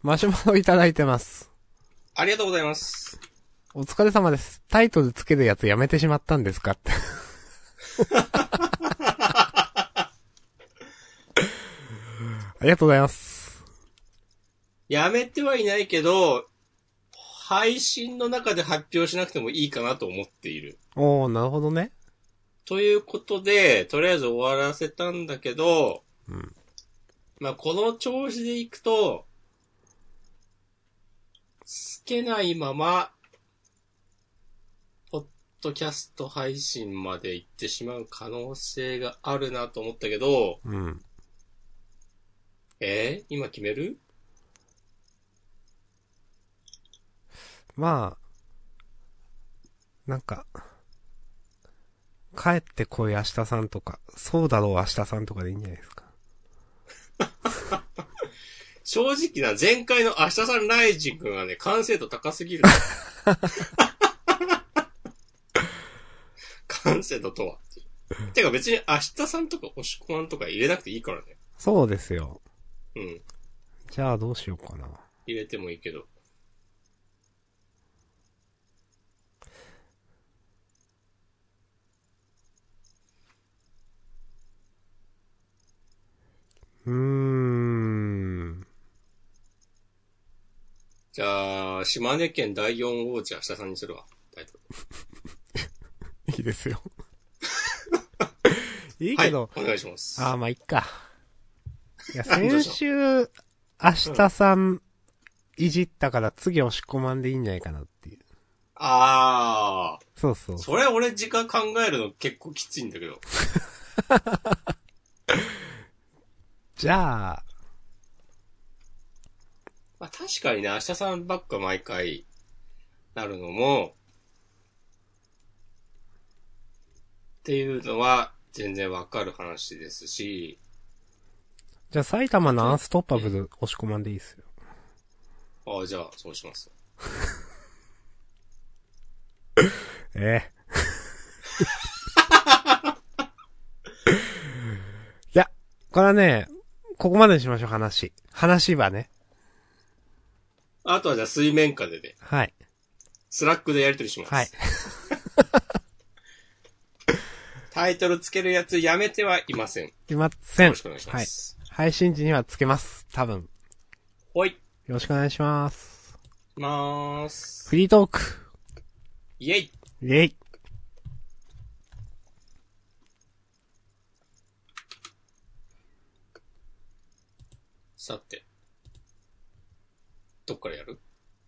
マシュマロいただいてます。 ありがとうございます。 お疲れ様です。タイトルつけるやつやめてしまったんですかって。ありがとうございます。 やめてはいないけど、配信の中で発表しなくてもいいかなと思っている。 おー、なるほどね。 ということで、とりあえず終わらせたんだけど、 うん。 まあ、この調子でいくと、つけないまま、ポッドキャスト配信まで行ってしまう可能性があるなと思ったけど、 うん。 今決める？ まあ、なんか、帰ってこい明日さんとか、そうだろう明日さんとかでいいんじゃないですか。 正直な、前回の明日さんライジン君はね、完成度高すぎる。完成度とは。てか別に明日さんとか押し込まんとか入れなくていいからね。 そうですよ。 うん。 じゃあどうしようかな。 入れてもいいけど。じゃあ、島根県第4王子明日さんにするわ。タイトいいですよ。いいル。 けど、 はい、お願いします。 まあいっか。いや、先週、明日さんいじったから次押し込まんでいいんじゃないかなっていう。そうそう。 それ俺時間考えるの結構きついんだけど。 じゃあ、 まあ確かにね、明日さんばっか毎回なるのも、っていうのは全然わかる話ですし。 じゃあ埼玉のアンストッパブル押し込まんでいいっすよ。 じゃあ、そうします。 いや、これはね、ここまでにしましょう、話。話はね。 あとはじゃあ水面下でね。 はい。 スラックでやりとりします。 はい。 タイトルつけるやつやめてはいません。 いません。 よろしくお願いします。 はい。配信時にはつけます。多分。 ほい。 よろしくお願いします。フリートーク。 イェイ。 イェイ。 さて。どっからやる？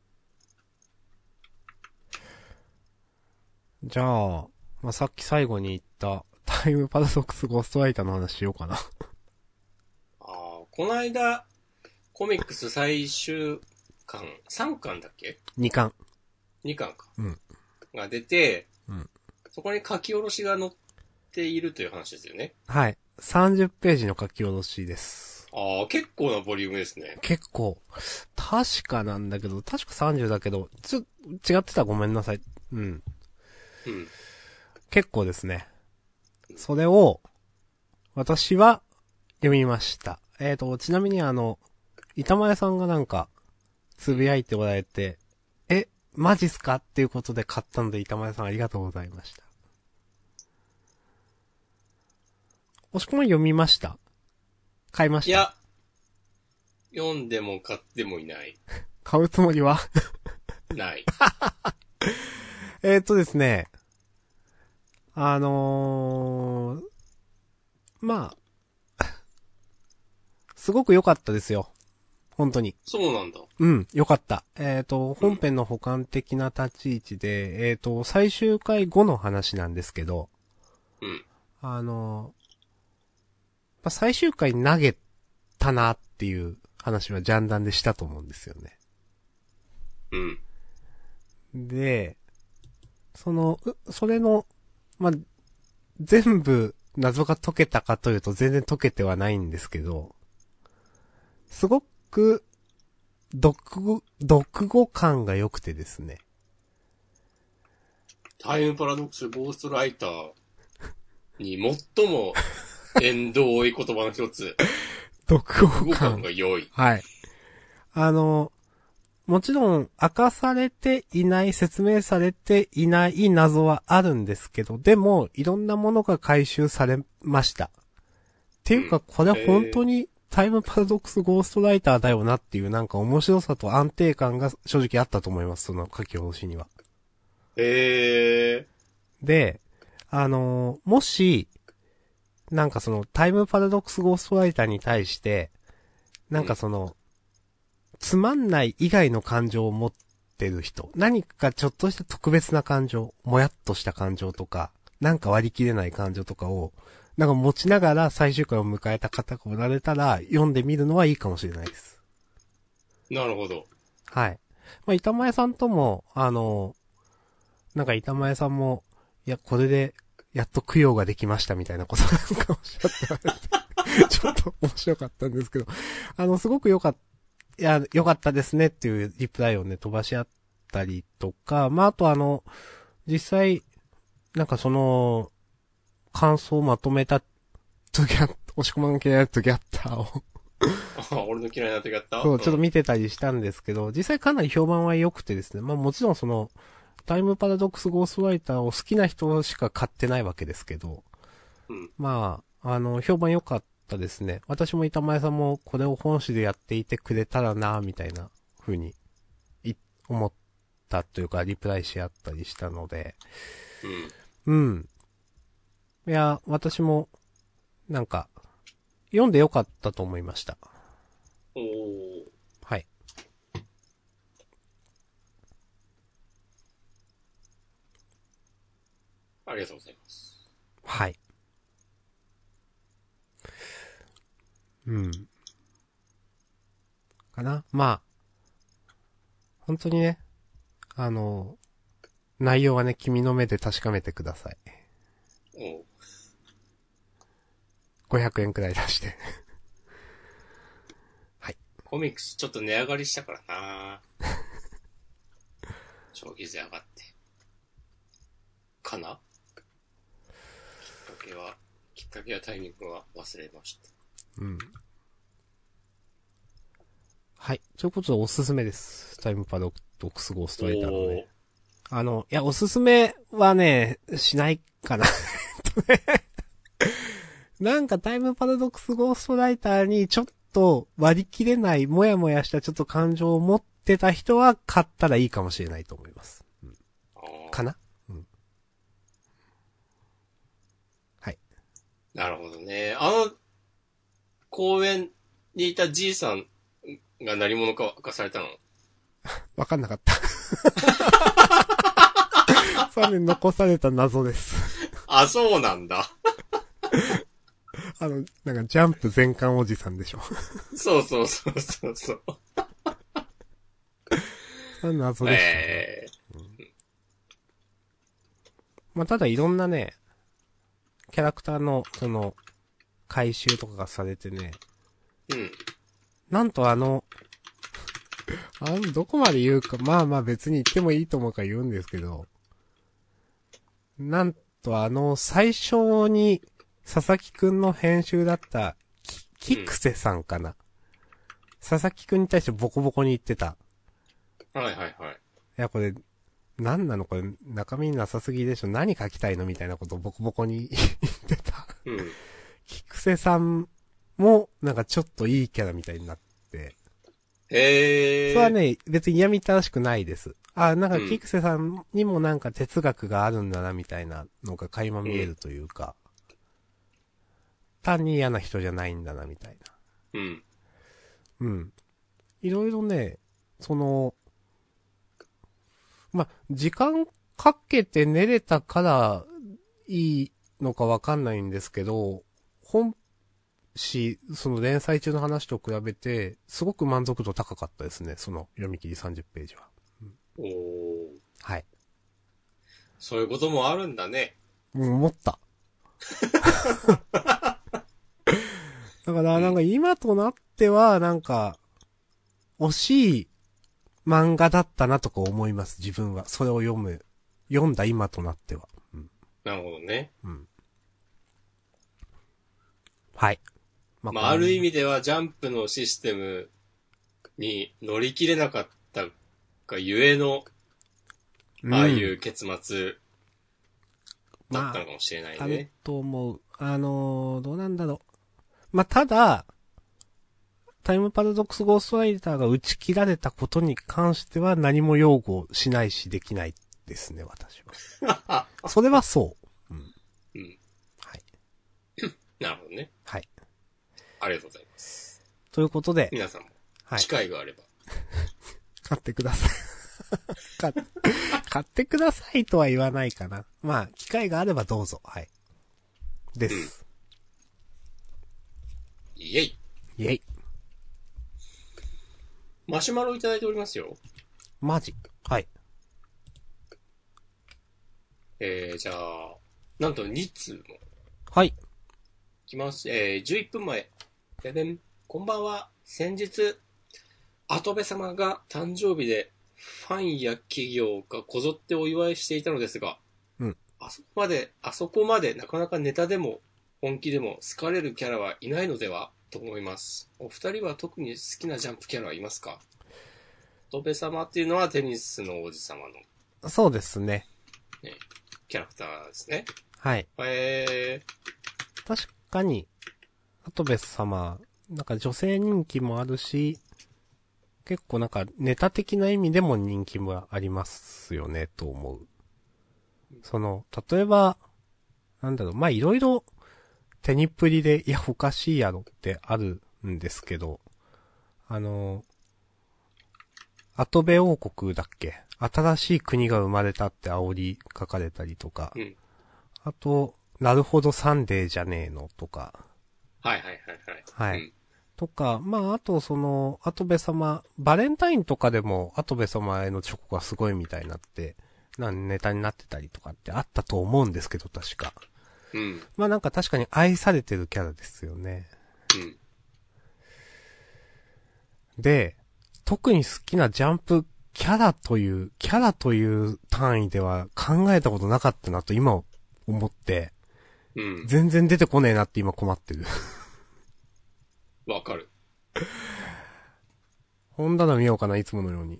じゃあ、まあ、さっき最後に言ったタイムパラドックスゴーストライターの話しようかな。 この間、コミックス最終巻、3巻だっけ？ 2 巻。 2巻か。 うん。 が出て、 うん。 そこに書き下ろしが載っているという話ですよね。 はい。30ページの書き下ろしです。 結構なボリュームですね。 結構。確かなんだけど、確か30だけど、違ってたらごめんなさい。うん。 うん。 結構ですね。それを、私は読みました。ちなみに板前さんがなんか、つぶやいておられて、マジっすかっていうことで買ったので、板前さんありがとうございました。押し込ま読みました？買いました？ いや、読んでも買ってもいない。 買うつもりはない。 ですね。まあ、すごく良かったですよ。本当に。 そうなんだ。 うん、良かった。本編の補完的な立ち位置で、最終回後の話なんですけど、 うん。 最終回投げたなっていう話はジャンダンでしたと思うんですよね。 うん。 で、それの、全部謎が解けたかというと全然解けてはないんですけど、すごく、読語感が良くてですね。 タイムパラドックスゴーストライターに最も縁遠い言葉の一つ。 読語感が良い。 はい。 もちろん明かされていない、説明されていない謎はあるんですけど、でも、いろんなものが回収されました。っていうか、これ本当にタイムパラドックスゴーストライターだよなっていうなんか面白さと安定感が正直あったと思います、その書き下ろしには。で、もし、なんかそのタイムパラドックスゴーストライターに対して、なんかその、つまんない以外の感情を持ってる人、何かちょっとした特別な感情、もやっとした感情とか、なんか割り切れない感情とかを、なんか持ちながら最終回を迎えた方がおられたら、読んでみるのはいいかもしれないです。 なるほど。 はい。まあ、板前さんとも、なんか板前さんも、いや、これで、やっと供養ができましたみたいなことなんかおっしゃってちょっと面白かったんですけど、すごく良かった、ですねっていうリプライをね、飛ばし合ったりとか、まあ、あと実際、なんかその、感想をまとめた、押し込まん嫌いなトゥギャッターを俺の嫌いな時やったそう、ちょっと見てたりしたんですけど、実際かなり評判は良くてですね、まあもちろんその、タイムパラドックスゴーストライターを好きな人しか買ってないわけですけど、 うん。 まあ、評判良かったですね。私も板前さんもこれを本誌でやっていてくれたらなみたいな風に、思ったというか、リプライし合ったりしたので、 うん。 うん。いや、私も、なんか、読んで良かったと思いました。 おー。 はい。 ありがとうございます。 はい。うん。かな。まあ、本当にね、内容はね、君の目で確かめてください。 おー。 500円くらい出してはい。 コミックスちょっと値上がりしたからな消費税上がって。かなきっかけはタイミングは忘れました。 うん。はい。ということでおすすめです。タイムパラドックスゴーストライターのね。いや、おすすめはね、しないかななんかタイムパラドックスゴーストライターにちょっと割り切れない、もやもやしたちょっと感情を持ってた人は買ったらいいかもしれないと思います。うん、かなうん。はい。 なるほどね。公園にいたじいさんが何者か明かされたの？ わかんなかった。それ残された謎です。 あ、そうなんだ。 なんかジャンプ全巻おじさんでしょ。 そう。そそれ謎でしたね。まあ、ただいろんなね、キャラクターの、回収とかがされてね、 うん。 なんとどこまで言うか、まあまあ別に言ってもいいと思うから言うんですけど、なんと最初に、佐々木くんの編集だった、キクセさんかな、佐々木くんに対してボコボコに言ってた。 はい。いや、これ、なんなのこれ、中身なさすぎでしょ何書きたいのみたいなことをボコボコに言ってた。 うん。 キクセさんも、なんかちょっといいキャラみたいになって。 へー。 それはね、別に嫌みったらしくないです。なんかキクセさんにもなんか哲学があるんだなみたいなのが垣間見えるというか、単に嫌な人じゃないんだなみたいな。うん。いろいろね、時間かけて練れたからいいのかわかんないんですけど、本誌、その連載中の話と比べて、すごく満足度高かったですね、その読み切り30ページは。 おー。 はい。 そういうこともあるんだね。 思った。だからなんか今となっては、なんか、惜しい漫画だったなとか思います、自分は。それを読んだ今となっては。うん、 なるほどね。 うん。はい。 まあ、ある意味ではジャンプのシステムに乗り切れなかったがゆえの、ああいう結末だったのかもしれないね。 あると思う。どうなんだろう。ただ、タイムパラドックスゴーストライターが打ち切られたことに関しては何も擁護しないしできないですね、私は。それはそう。うん。はい。 なるほどね。 はい。 ありがとうございます。 ということで。 皆さんも、機会があれば。 買ってください。買ってくださいとは言わないかな。機会があればどうぞ。はい。です。 イェイ。 イェイ。 マシュマロいただいておりますよ。 マジ？はい。 じゃあ、なんと2通も。 はい。 いきます。11分前。ででん。こんばんは。先日、跡部様が誕生日で、ファンや企業がこぞってお祝いしていたのですが、あそこまでなかなかネタでも本気でも好かれるキャラはいないのではと思います。お二人は特に好きなジャンプキャラはいますか？跡部様っていうのはテニスの王子様の。 そうですね。 キャラクターですね。 はい。確かに、跡部様、女性人気もあるし、結構ネタ的な意味でも人気もありますよね、と思う。例えば、いろいろテニプリで、いや、おかしいやろってあるんですけど、跡部王国だっけ？新しい国が生まれたって煽り書かれたりとか、あと、なるほどサンデーじゃねえのとか。 はい。 とか、あと跡部様、バレンタインとかでも跡部様へのチョコがすごいみたいになって、ネタになってたりとかってあったと思うんですけど、確か。確かに愛されてるキャラですよね。で、特に好きなジャンプキャラという単位では考えたことなかったなと今思って、全然出てこねえなって今困ってる。 わかる。 本棚見ようかな、いつものように。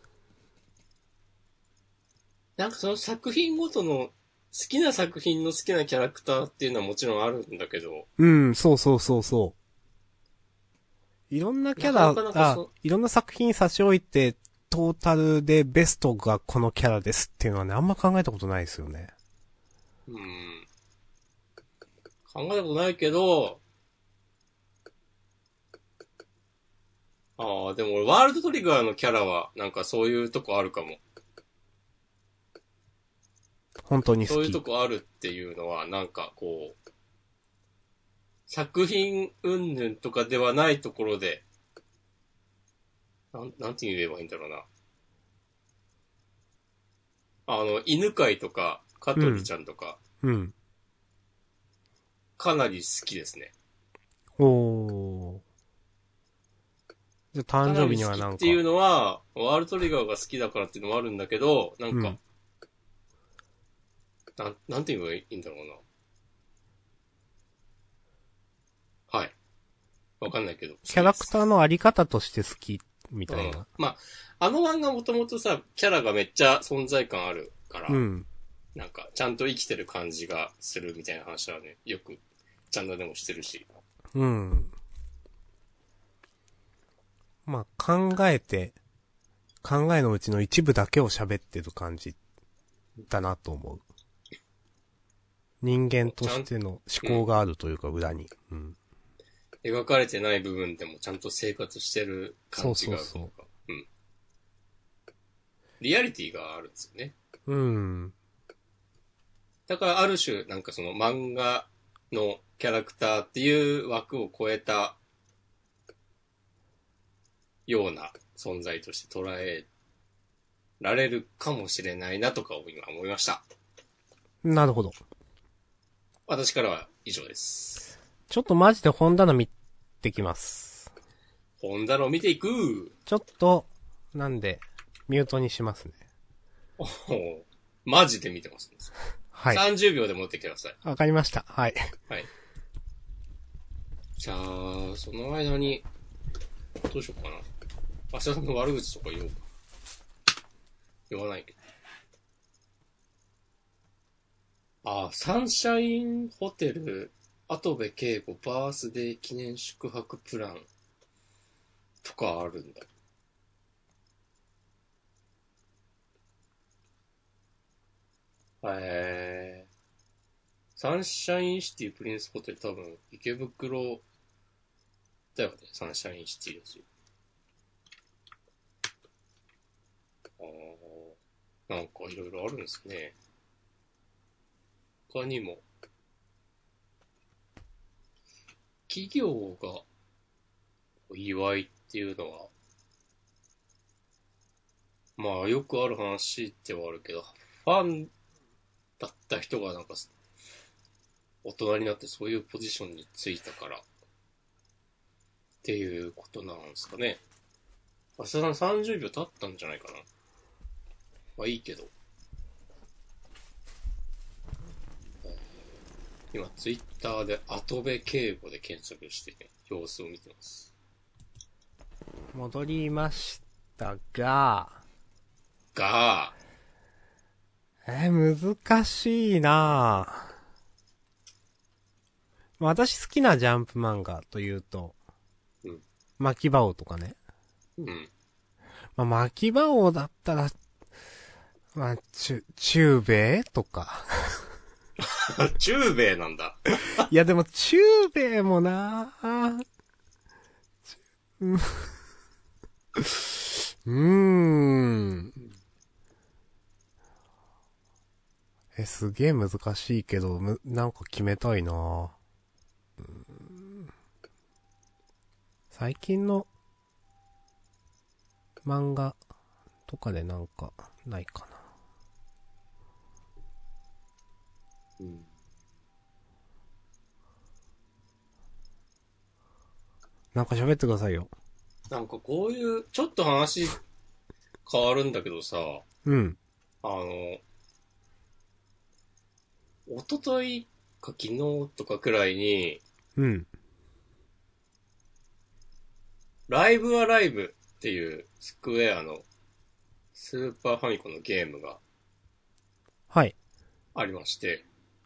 その作品ごとの、好きな作品の好きなキャラクターっていうのはもちろんあるんだけど。 そう。いろんなキャラ、いろんな作品差し置いて、トータルでベストがこのキャラですっていうのはね、あんま考えたことないですよね。 考えたことないけど、でも俺、ワールドトリガーのキャラは、そういうとこあるかも。 本当に好き。 そういうとこあるっていうのは、作品云々とかではないところで、なんて言えばいいんだろうな。犬飼とか、香取ちゃんとか、かなり好きですね。じゃ誕生日には好きっていうのは、ワールドトリガーが好きだからっていうのもあるんだけど、なんて言えばいいんだろうな。はい。わかんないけど。 キャラクターのあり方として好き、みたいな。 あの漫画もともとさ、キャラがめっちゃ存在感あるから、ちゃんと生きてる感じがするみたいな話はね、よく、チャンネルでもしてるし。 考えのうちの一部だけを喋ってる感じだなと思う。人間としての思考があるというか、裏に。 描かれてない部分でもちゃんと生活してる感じがあるというか。リアリティがあるんですよね。だからある種、その漫画のキャラクターっていう枠を超えたような存在として捉えられるかもしれないなとかを今思いました。 なるほど。 私からは以上です。 ちょっとマジで本棚見てきます。 本棚を見ていく。 ちょっと、なんで、ミュートにしますね。 マジで見てますね。 はい。 30秒で持ってきてください。 わかりました。はい。 はい。じゃあ、その間に、どうしようかな。 明日さんの悪口とか言おうか。言わないけど。サンシャインホテル、跡部圭吾バースデー記念宿泊プランとかあるんだ。サンシャインシティプリンスホテル多分池袋だよね。サンシャインシティだし。なんかいろいろあるんですね。他にも、企業がお祝いっていうのは、まあよくある話ではあるけど、ファンだった人がなんか大人になってそういうポジションについたからっていうことなんですかね。明日さん30秒経ったんじゃないかな。まあいいけど。今ツイッターで跡部敬吾で検索して、ね、様子を見てます。 戻りましたが、難しいなぁ。私好きなジャンプ漫画というと、巻き場王とかね。巻き場王だったら、中米とか。 中米なんだ。 いやでも中米もなぁ。すげえ難しいけど、なんか決めたいなぁ。最近の漫画とかでなんかないかな。なんか喋ってくださいよ。 なんかこういう、ちょっと話変わるんだけどさ、一昨日か昨日とかくらいに、ライブアライブっていうスクエアのスーパーファミコンのゲームが、ありまして、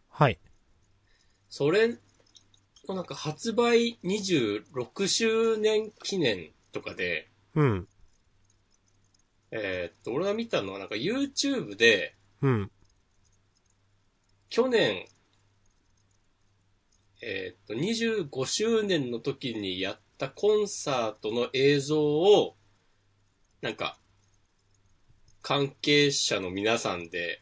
それのなんか発売26周年記念とかで、俺が見たのはなんか YouTube で、去年、25周年の時にやったコンサートの映像を、なんか、関係者の皆さんで、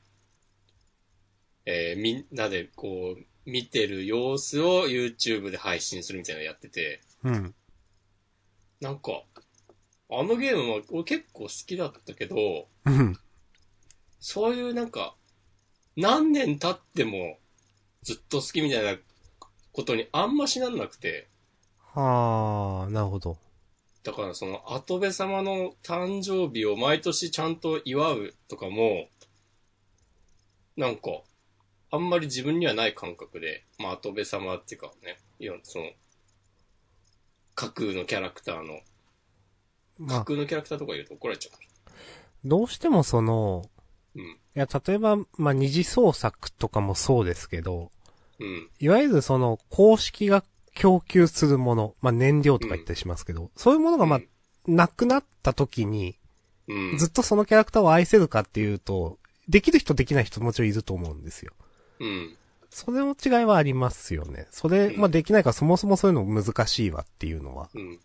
みんなでこう、見てる様子を YouTube で配信するみたいなのやってて、なんか、あのゲームは俺結構好きだったけど、そういうなんか、何年経ってもずっと好きみたいなことにあんましなんなくて。 なるほど。 だからその、跡部様の誕生日を毎年ちゃんと祝うとかも、なんか、あんまり自分にはない感覚で、跡部様っていうかね、その、架空のキャラクターの、架空のキャラクターとか言うと怒られちゃう。 どうしてもその、いや、例えば、二次創作とかもそうですけど、いわゆるその、公式が供給するもの、燃料とか言ったりしますけど、そういうものがなくなった時に、ずっとそのキャラクターを愛せるかっていうと、できる人できない人もちろんいると思うんですよ。それの違いはありますよね。それ、できないからそもそもそういうの難しいわっていうのは。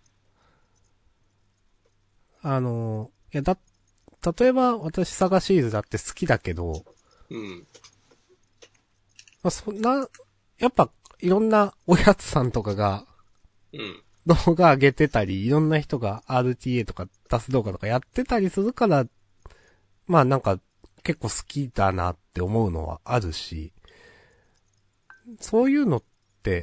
いや例えば私サガシリーズだって好きだけど、やっぱいろんなおやつさんとかが、動画上げてたり、いろんな人が RTA とか出す動画とかやってたりするから、なんか結構好きだなって思うのはあるし、そういうのって、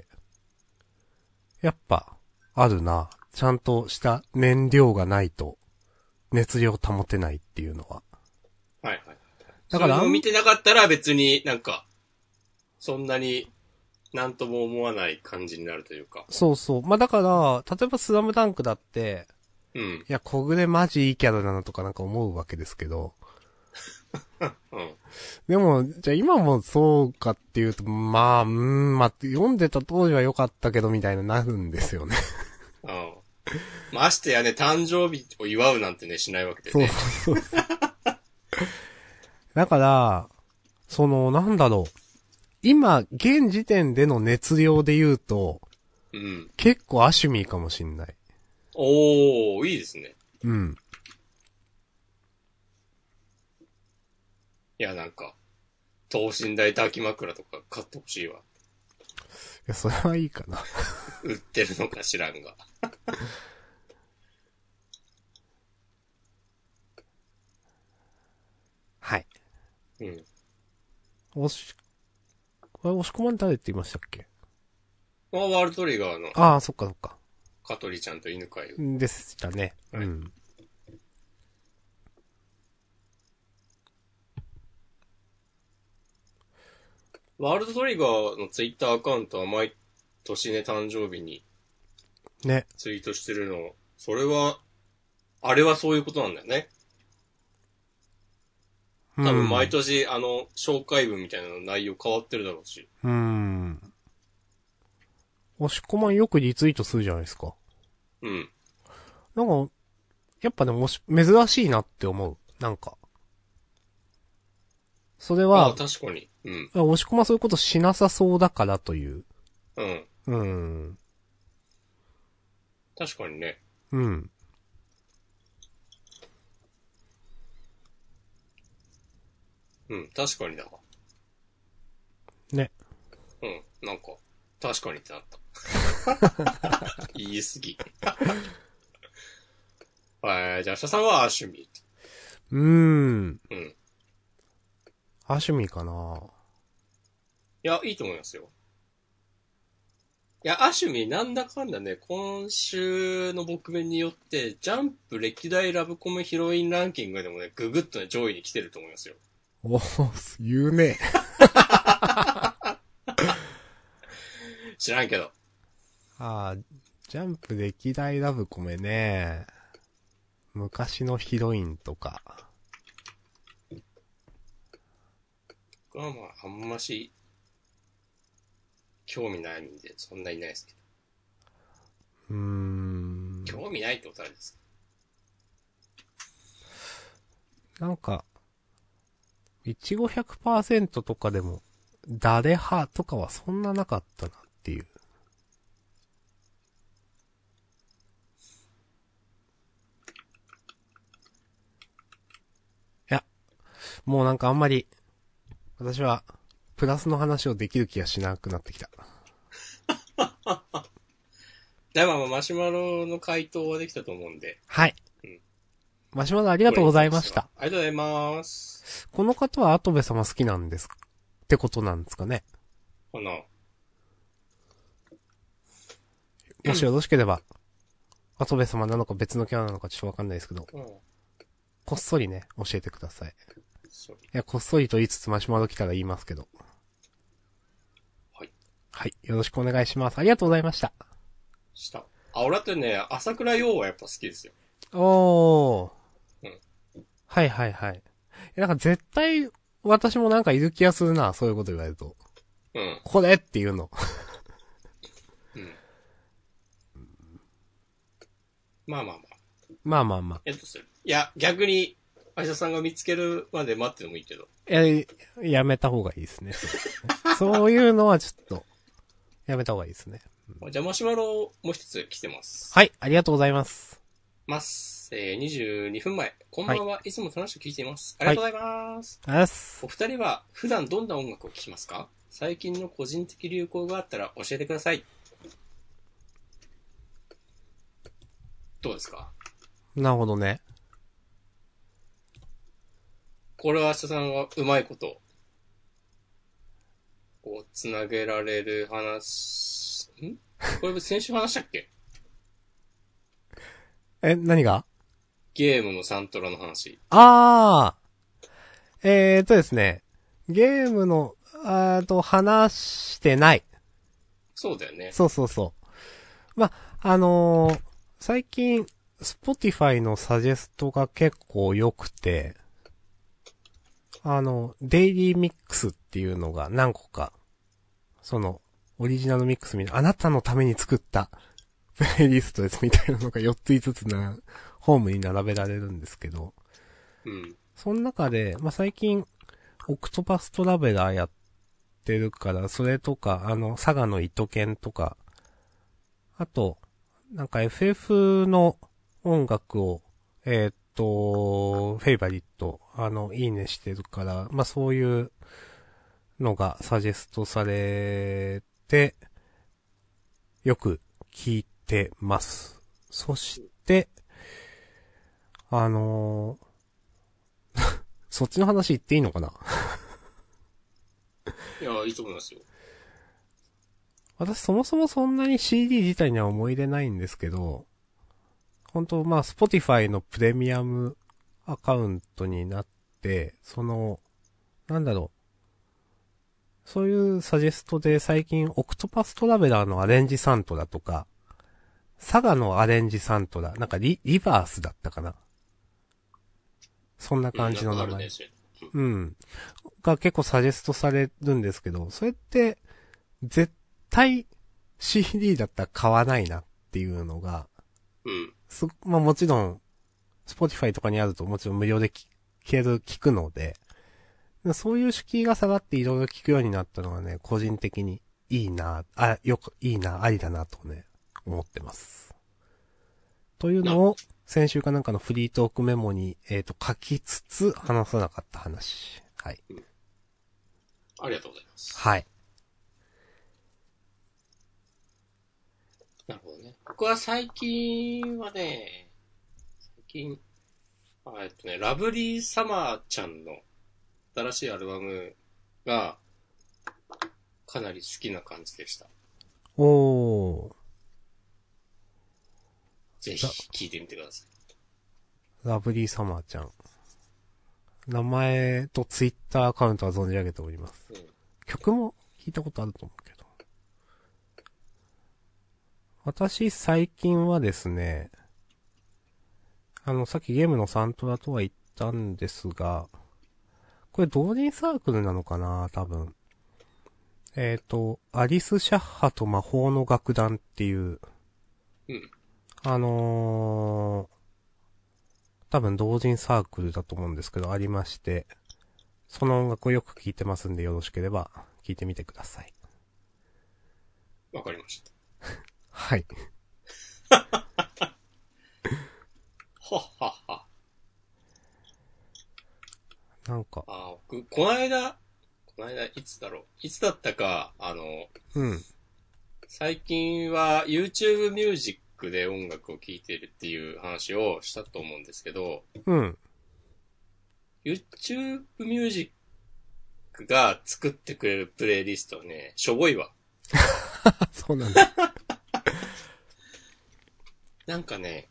やっぱあるな。ちゃんとした燃料がないと、熱量保てないっていうのは。だから。 それを見てなかったら別になんか、そんなになんとも思わない感じになるというか。 そうそう。だから、例えばスラムダンクだって、 うん。 いや、小暮マジいいキャラだなとかなんか思うわけですけど。 うん。 でも、じゃあ今もそうかっていうと、まあ、まあ、読んでた当時は良かったけどみたいななるんですよね。 うん。ましてやね、誕生日を祝うなんてね、しないわけでそうね。 そうそう。だから、なんだろう。今、現時点での熱量で言うと、 うん。 結構アシュミーかもしんない。 おー、いいですね。 うん。 いや、なんか、等身大抱き枕とか買ってほしいわ。 いや、それはいいかな。 売ってるのか知らんが。 はい。 うん。 押し込まん誰って言いましたっけ？ まあ、ワールドトリガーのああ、そっかそっか。 香取ちゃんと犬飼でしたね。 はいうん。 ワールドトリガーのツイッターアカウントは毎年ね、誕生日にね。 ツイートしてるの。それは、あれはそういうことなんだよね。 うん。 多分毎年、紹介文みたいなの内容変わってるだろうし。 押し込まんよくリツイートするじゃないですか。 うん。 なんか、やっぱね、珍しいなって思う。なんか。それああ、 は、 確かに。うん。 押し込まんそういうことしなさそうだからという。 うん。 うん。 確かにね。 うん。 うん、確かにだわ。 ね。 うん、なんか、確かにってなった。言い過ぎ。じゃあ、下さんはアシュミうーん。 ー。うん。 アシュミかないや、いいと思いますよ。いや、アシュミなんだかんだね、今週の僕弁によって、ジャンプ歴代ラブコメヒロインランキングでもね、ぐぐっとね、上位に来てると思いますよ。 お言うね。 知らんけど。 ああ、ジャンプ歴代ラブコメね。昔のヒロインとか。 僕はまあ、あんまし、興味ないんで、そんなにないですけど。興味ないってことあれですなんか、いちご100%とかでも、誰派とかはそんななかったなっていう。いや、もうなんかあんまり、私は、プラスの話をできる気がしなくなってきた。 でも、マシュマロの回答はできたと思うんで。 はい。 うん。 マシュマロありがとうございました。 ありがとうございます。 この方はアトベ様好きなんですってことなんですかね。 かな。 もしよろしければ、アトベ様なのか別のキャラなのかちょっとわかんないですけど、 うん。 こっそりね、教えてください。 そう。 いや、こっそりと言いつつマシュマロ来たら言いますけど。 はい。 はい。よろしくお願いします。ありがとうございました。 俺だってね、朝倉陽はやっぱ好きですよ。 おー。 うん。 はいはいはい。なんか絶対、私もなんかいる気がするな、そういうこと言われると。 うん。 これっていうの。 うん。まあまあまあ。 まあまあまあ。 する。いや、逆に、愛田さんが見つけるまで待っててもいいけど。 やめた方がいいですね。そういうのはちょっと、やめた方がいいですね。 じゃあマシュマロもう一つ来てます。 はい、ありがとうございます。 22分前。こんばんは。いつも楽しく聞いています。あはいりがとうございます。 ありす。 お二人は普段どんな音楽を聴きますか？最近の個人的流行があったら教えてください。どうですか？ なるほどね。 これは明日さんがうまいこと、こう、つなげられる話、これ先週話したっけ？ 何が？ ゲームのサントラの話。 ですね。ゲームの、話してない。 そうだよね。 そうそうそう。ま、最近、 Spotify のサジェストが結構良くて、デイリーミックスっていうのが何個か、オリジナルミックスあなたのために作ったプレイリストですみたいなのが4つ5つホームに並べられるんですけど、 うん。 その中で、まあ、最近、オクトパストラベラーやってるから、それとか、佐賀の糸犬とか、あと、なんか FF の音楽を、フェイバリット、いいねしてるから、まあ、そういうのがサジェストされて、よく聞いてます。そして、そっちの話言っていいのかないや、いいと思いますよ。 私そもそもそんなに CD 自体には思い入れないんですけど、本当まあ Spotify のプレミアムアカウントになって、なんだろう。そういうサジェストで最近オクトパストラベラーのアレンジサントラとか、サガのアレンジサントラ、なんかリバースだったかな。そんな感じの名前。うん。が結構サジェストされるんですけど、それって、絶対 CD だったら買わないなっていうのが、 うん。 まあもちろん、Spotify とかにあるともちろん無料で聞くので、そういう敷居が下がっていろいろ聞くようになったのはね、個人的にいいな、いいな、ありだなとね、思ってます。というのを、先週かなんかのフリートークメモに、書きつつ話さなかった話。はい。 ありがとうございます。 はい。 なるほどね。僕は最近、ラブリーサマーちゃんの新しいアルバムがかなり好きな感じでした。 おー。 ぜひ聴いてみてください。 ラブリーサマーちゃん。名前とツイッターアカウントは存じ上げております。 うん、 曲も聞いたことあると思うけど。私最近はですね、さっきゲームのサントラとは言ったんですが、これ同人サークルなのかな多分。アリス・シャッハと魔法の楽団っていう、 うん。 多分同人サークルだと思うんですけど、ありまして、その音楽をよく聴いてますんで、よろしければ聴いてみてください。 わかりました。 はい。 はっはっは。 なんか。 僕、この間、いつだったか、 うん。 最近は YouTube ミュージックで音楽を聴いてるっていう話をしたと思うんですけど、 うん。 YouTube ミュージックが作ってくれるプレイリストはね、しょぼいわ。 そうなんだ。 なんかね、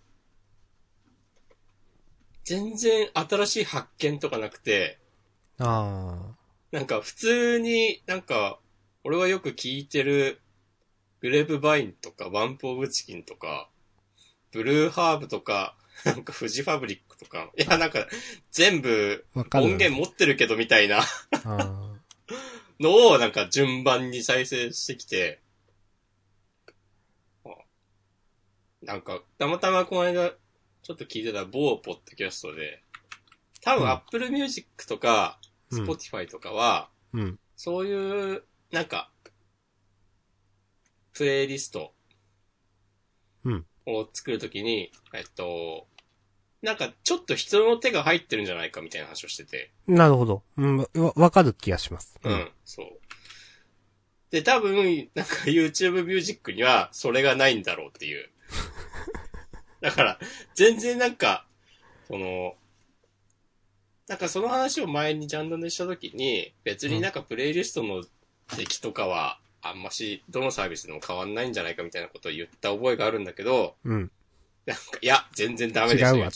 全然新しい発見とかなくて、なんか普通になんか、俺がよく聞いてるグレープバインとかバンプオブチキンとか、ブルーハーブとか、なんかフジファブリックとか、いやなんか全部音源持ってるけどみたいなのをなんか順番に再生してきて、なんかたまたまこの間ちょっと聞いてた某ポッドキャストで、多分 Apple Music とか Spotify とかは、そういうなんかプレイリストを作るときに、なんかちょっと人の手が入ってるんじゃないかみたいな話をしてて。 なるほど。うん、わかる気がします。 うん、そう。で、多分、なんか YouTube ミュージックにはそれがないんだろうっていう。だから、全然なんか、なんかその話を前にジャンルでしたときに、別になんかプレイリストの出来とかは、あんまし、どのサービスでも変わんないんじゃないかみたいなことを言った覚えがあるんだけど、なんか、いや、全然ダメですよ。 違うわと。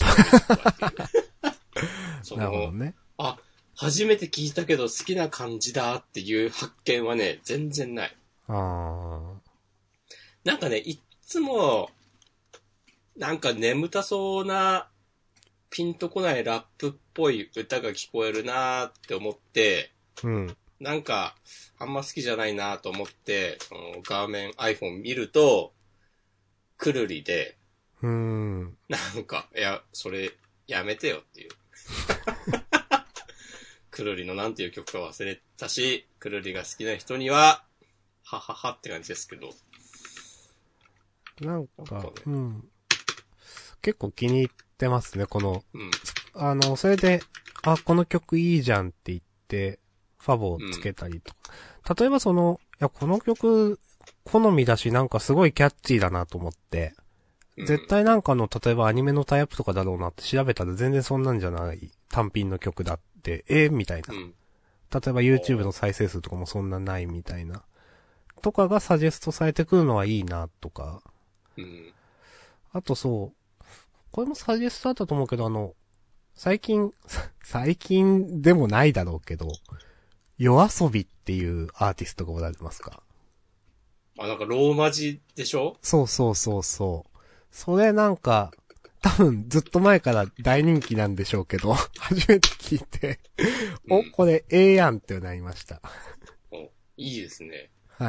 なるほどね。 初めて聞いたけど好きな感じだっていう発見はね、全然ない。なんかね、いっつも、 なんか眠たそうな、ピンとこないラップっぽい歌が聞こえるなーって思って、 うん。 なんか、あんま好きじゃないなと思って、その画面 iPhone 見ると、くるりで、なんか、いや、それ、やめてよっていう。くるりのなんていう曲か忘れたし、くるりが好きな人には、はははって感じですけど。 なんか、 なんかね、 うん。結構気に入ってますね、この、 うん。 それで、あ、この曲いいじゃんって言って、ファボをつうん。 けたりとか。例えばいや、この曲、好みだし、なんかすごいキャッチーだなと思って、 うん。 絶対なんかの、例えばアニメのタイアップとかだろうなって調べたら全然そんなんじゃない単品の曲だって、みたいな。 うん。 例えば YouTube の再生数とかもそんなないみたいな。とかがサジェストされてくるのはいいな、とか。 うん。 あとそう、これもサジェストだったと思うけど、最近、最近でもないだろうけど、夜遊びっていうアーティストがおられますか？ あ、なんかローマ字でしょ？ そうそうそうそう。それなんか、多分ずっと前から大人気なんでしょうけど、初めて聞いて、お、 うん。 これええやんってなりました。 お、いいですね。 はい。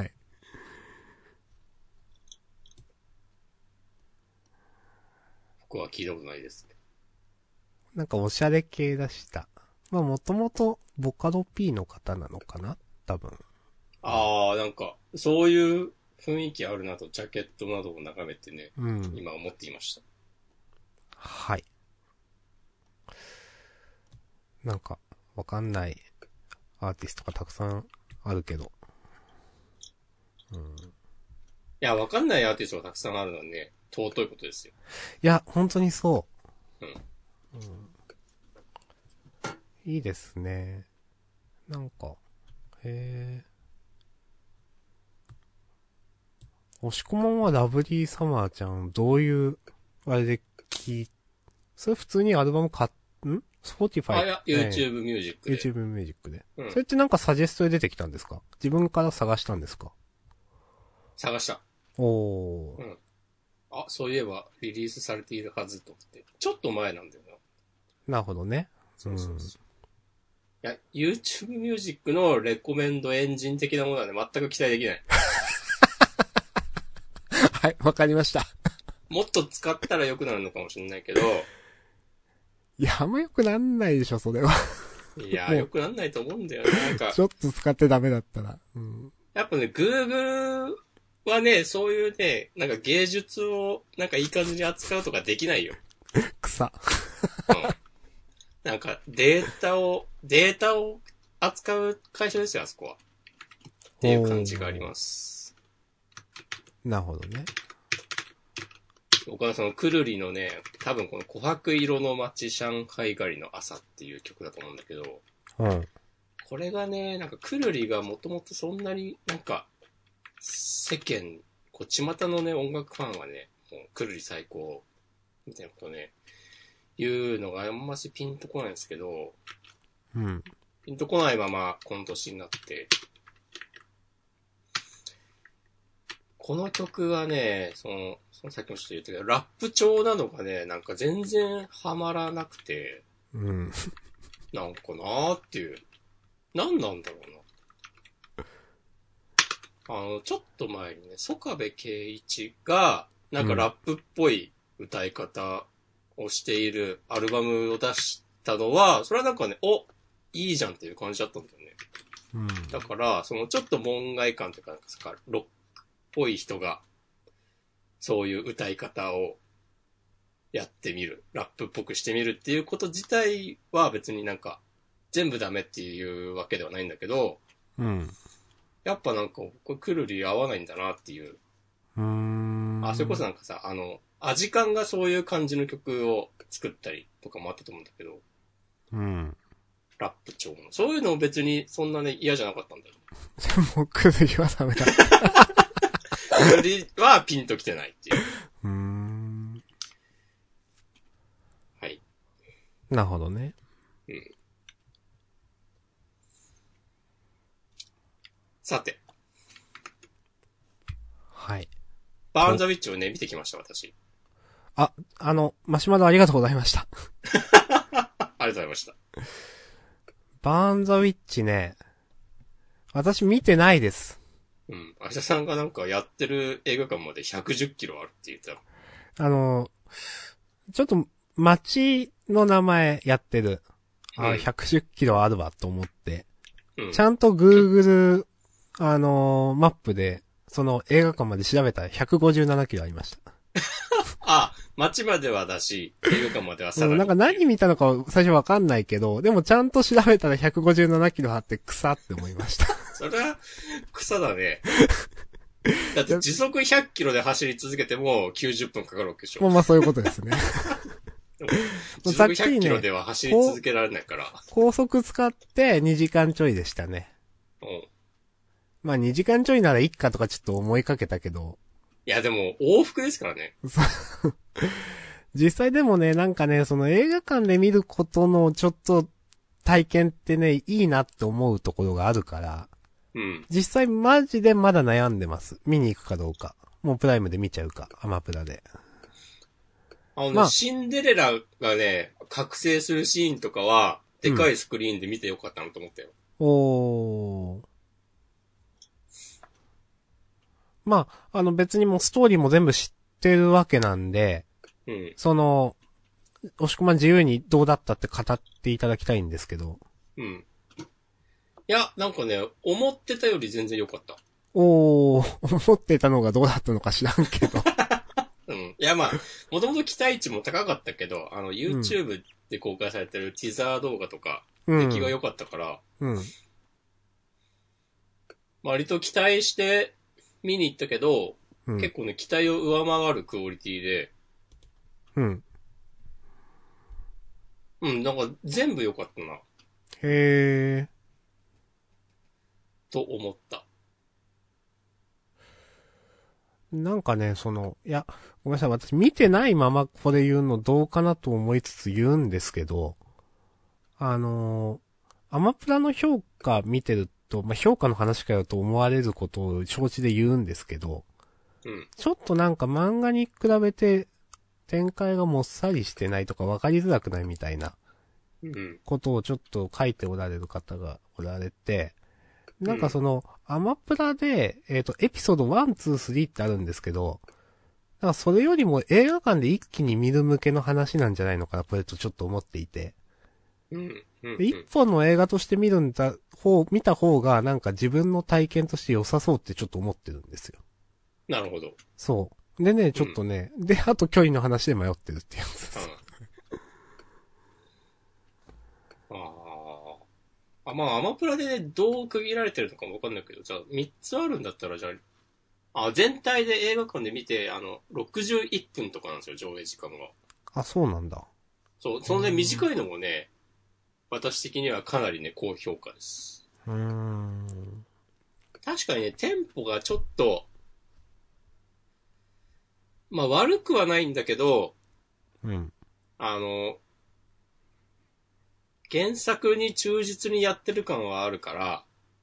僕は聞いたことないですね。 なんかおしゃれ系出した。まあもともとボカロ P の方なのかな多分。 あー、なんか、そういう雰囲気あるなと、ジャケットなどを眺めてね、 うん。 今思っていました。 はい。なんか、わかんないアーティストがたくさんあるけど。うん。いいや、わかんないアーティストがたくさんあるのはね、尊いことですよ。 や、本当にそうん。 う。うん。いいですね。なんか、へえ。押し込まんはラブリーサマーちゃん、どういう、あれで聞い、それ普通にアルバムあ、 Spotify、 いや、YouTube ミュージックで。 YouTube ミュージックで。 うん。 それってなんかサジェストで出てきたんですか？自分から探したんですか？ 探した。 おー。 うん。あ、そういえば、リリースされているはずと思って。ちょっと前なんだよな。 なるほどね。うそうそうん。 そう。いや、YouTube ミュージックのレコメンドエンジン的なものはね、全く期待できない。 はい、わかりました。 もっと使ったら良くなるのかもしれないけど、 いや、あんま良くなんないでしょ、それは。 いや、 もう、 良くなんないと思うんだよね。なんか、 ちょっと使ってダメだったら。うん。 やっぱね、Google はね、そういうね、なんか芸術を、なんかいい感じに扱うとかできないよ。 草。 うん。なんか、データを扱う会社ですよ、あそこは。っていう感じがあります。 なるほどね。 僕はそのくるりのね、多分この琥珀色の街上海狩りの朝っていう曲だと思うんだけど、 うん。 これがね、なんかくるりがもともとそんなになんか、世間、こう、巷のね、音楽ファンはね、もうくるり最高、みたいなことね、言うのがあんましピンとこないんですけど、 うん。 ピンとこないままこの年になって、この曲はね、そのさっきもちょっと言ったけど、ラップ調なのがね、なんか全然ハマらなくて、 うん。 なんかなーっていう、何なんだろうな。ちょっと前にね、曽我部圭一が、なんかラップっぽい歌い方をしているアルバムを出したのは、それはなんかね、いいじゃんっていう感じだったんだよね。 うん。 だから、そのちょっと門外観というか、なんかさ、ロックっぽい人が、そういう歌い方をやってみる。ラップっぽくしてみるっていうこと自体は別になんか、全部ダメっていうわけではないんだけど、 うん。 やっぱなんか、これくるり合わないんだなっていう。それこそなんかさ、アジカンがそういう感じの曲を作ったりとかもあったと思うんだけど、 うん。 ラップ調の。そういうの別にそんなね嫌じゃなかったんだよね。 もう、くるりはダメだ。 くるりはピンときてないっていう。はい。 なるほどね。 うん。さて、 はい。 バーンザウィッチをね、見てきました、私。 マシュマロありがとうございました。 ありがとうございました。 バーンザウィッチね、私見てないです。 うん。明日さんがなんかやってる映画館まで110キロあるって言ってた。 ちょっと街の名前やってる。 うん 110キロあるわと思って。 うん。 ちゃんと Google、マップで、その映画館まで調べたら157キロありました。 あ、街まではだし、映画館まではさらに。 なんか何見たのか最初わかんないけど、でもちゃんと調べたら157キロあって草って思いました。 それは、草だね。だって時速100キロで走り続けても90分かかるわけでしょ。 まあそういうことですね。 時速100キロでは走り続けられないから。 高速使って2時間ちょいでしたね。 うん。 まあ2時間ちょいならいっかとかちょっと思いかけたけど。 いやでも往復ですからね。 実際でもね、なんかね、その映画館で見ることのちょっと体験ってね、いいなって思うところがあるから。 うん。 実際マジでまだ悩んでます。見に行くかどうか。もうプライムで見ちゃうか。アマプラで。 シンデレラがね、覚醒するシーンとかは、でかいスクリーンで見てよかったなと思ったよ。 おー。まあ、別にもうストーリーも全部知ってるわけなんで、 うん。 押し込まん自由にどうだったって語っていただきたいんですけど。 うん。いや、なんかね、思ってたより全然良かった。 おー、思ってたのがどうだったのか知らんけど。 うん。いや、まあ、もともと期待値も高かったけど、YouTube で公開されてるティザー動画とか、出来が良かったから、 うん。 割と期待して見に行ったけど、結構ね、期待を上回るクオリティで、 うん。 なんか全部良かったな、 へー。 と思った。 なんかね、いや、ごめんなさい、私見てないままこれ言うのどうかなと思いつつ言うんですけど、アマプラの評価見てると、まあ、評価の話かよと思われることを承知で言うんですけど、 うん。 ちょっとなんか漫画に比べて展開がもっさりしてないとか分かりづらくないみたいなうん。 ことをちょっと書いておられる方がおられて、なんかアマプラで、エピソード1、2、3ってあるんですけど、なんかそれよりも映画館で一気に見る向けの話なんじゃないのかな、これとちょっと思っていて。 うん。うん。 で一本の映画として見た方がなんか自分の体験として良さそうってちょっと思ってるんですよ。 なるほど。 そう。でね、ちょっとね、で、あと距離の話で迷ってるってやつです。 まあ、アマプラでね、どう区切られてるのかもわかんないけど、じゃあ、3つあるんだったら、じゃあ、全体で映画館で見て、61分とかなんですよ、上映時間が。 あ、そうなんだ。 そう、そのね、短いのもね、私的にはかなりね、高評価です。確かにね、テンポがちょっと、まあ悪くはないんだけど、 うん。 原作に忠実にやってる感はあるから、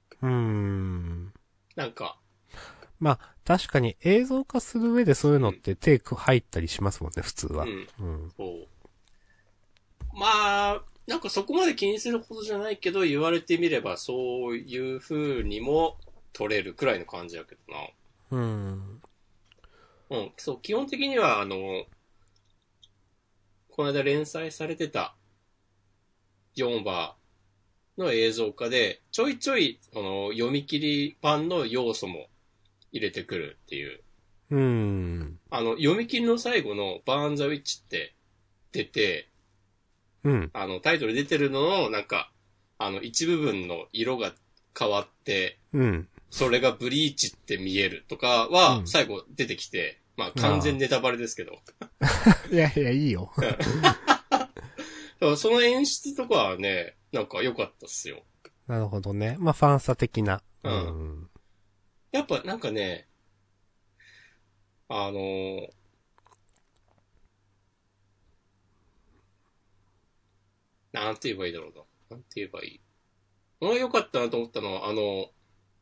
なんか。 まあ、確かに映像化する上でそういうのってテイク入ったりしますもんね、普通は。 そう。まあ、なんかそこまで気にするほどじゃないけど、言われてみればそういう風にも取れるくらいの感じだけどな。そう、基本的にはこの間連載されてた4話の映像化で、ちょいちょい、読み切り版の要素も入れてくるっていう。読み切りの最後のバーンザウィッチって出て、タイトル出てるのの、なんか、一部分の色が変わって、それがブリーチって見えるとかは、最後出てきて、まあ完全ネタバレですけど。 いやいや、いいよ。 その演出とかはね、なんか良かったっすよ。 なるほどね。まあファンサ的な。 やっぱなんかね、なんて言えばいいだろうな。なんて言えばいい。俺が良かったなと思ったのは、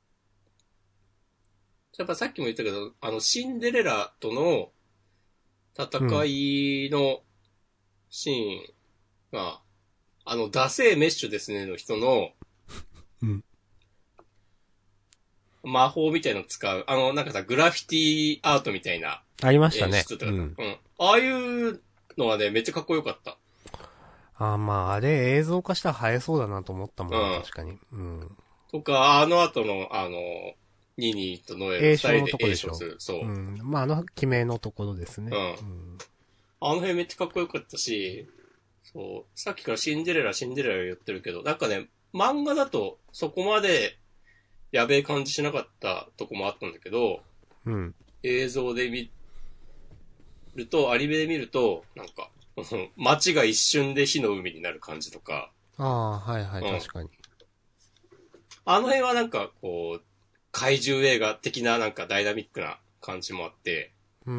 やっぱさっきも言ったけど、シンデレラとの、 戦いのシーンが、ダセーメッシュですねの人の、 うん。 魔法みたいの使う、なんかさ、グラフィティアートみたいなありましたね。 演出とか、 うん。 ああいうのはね、めっちゃかっこよかった。 まあ、あれ映像化したら映えそうだなと思ったもんね、 うん。 確かに。うん。 とか、あの後の、ニニーとノエル二栄唱の人でとこでしょ。 栄唱する。そう。 うん。まあ、決めのところですね。 うん。 うん。 あの辺めっちゃかっこよかったし、そう。さっきからシンデレラ、シンデレラ言ってるけど、なんかね、漫画だとそこまでやべえ感じしなかったとこもあったんだけど、 うん。 映像で見ると、アニメで見ると、なんか、街が一瞬で火の海になる感じとか、 ああ、はいはい、 うん。 確かに。 あの辺はなんか、こう、怪獣映画的ななんかダイナミックな感じもあって、 うん。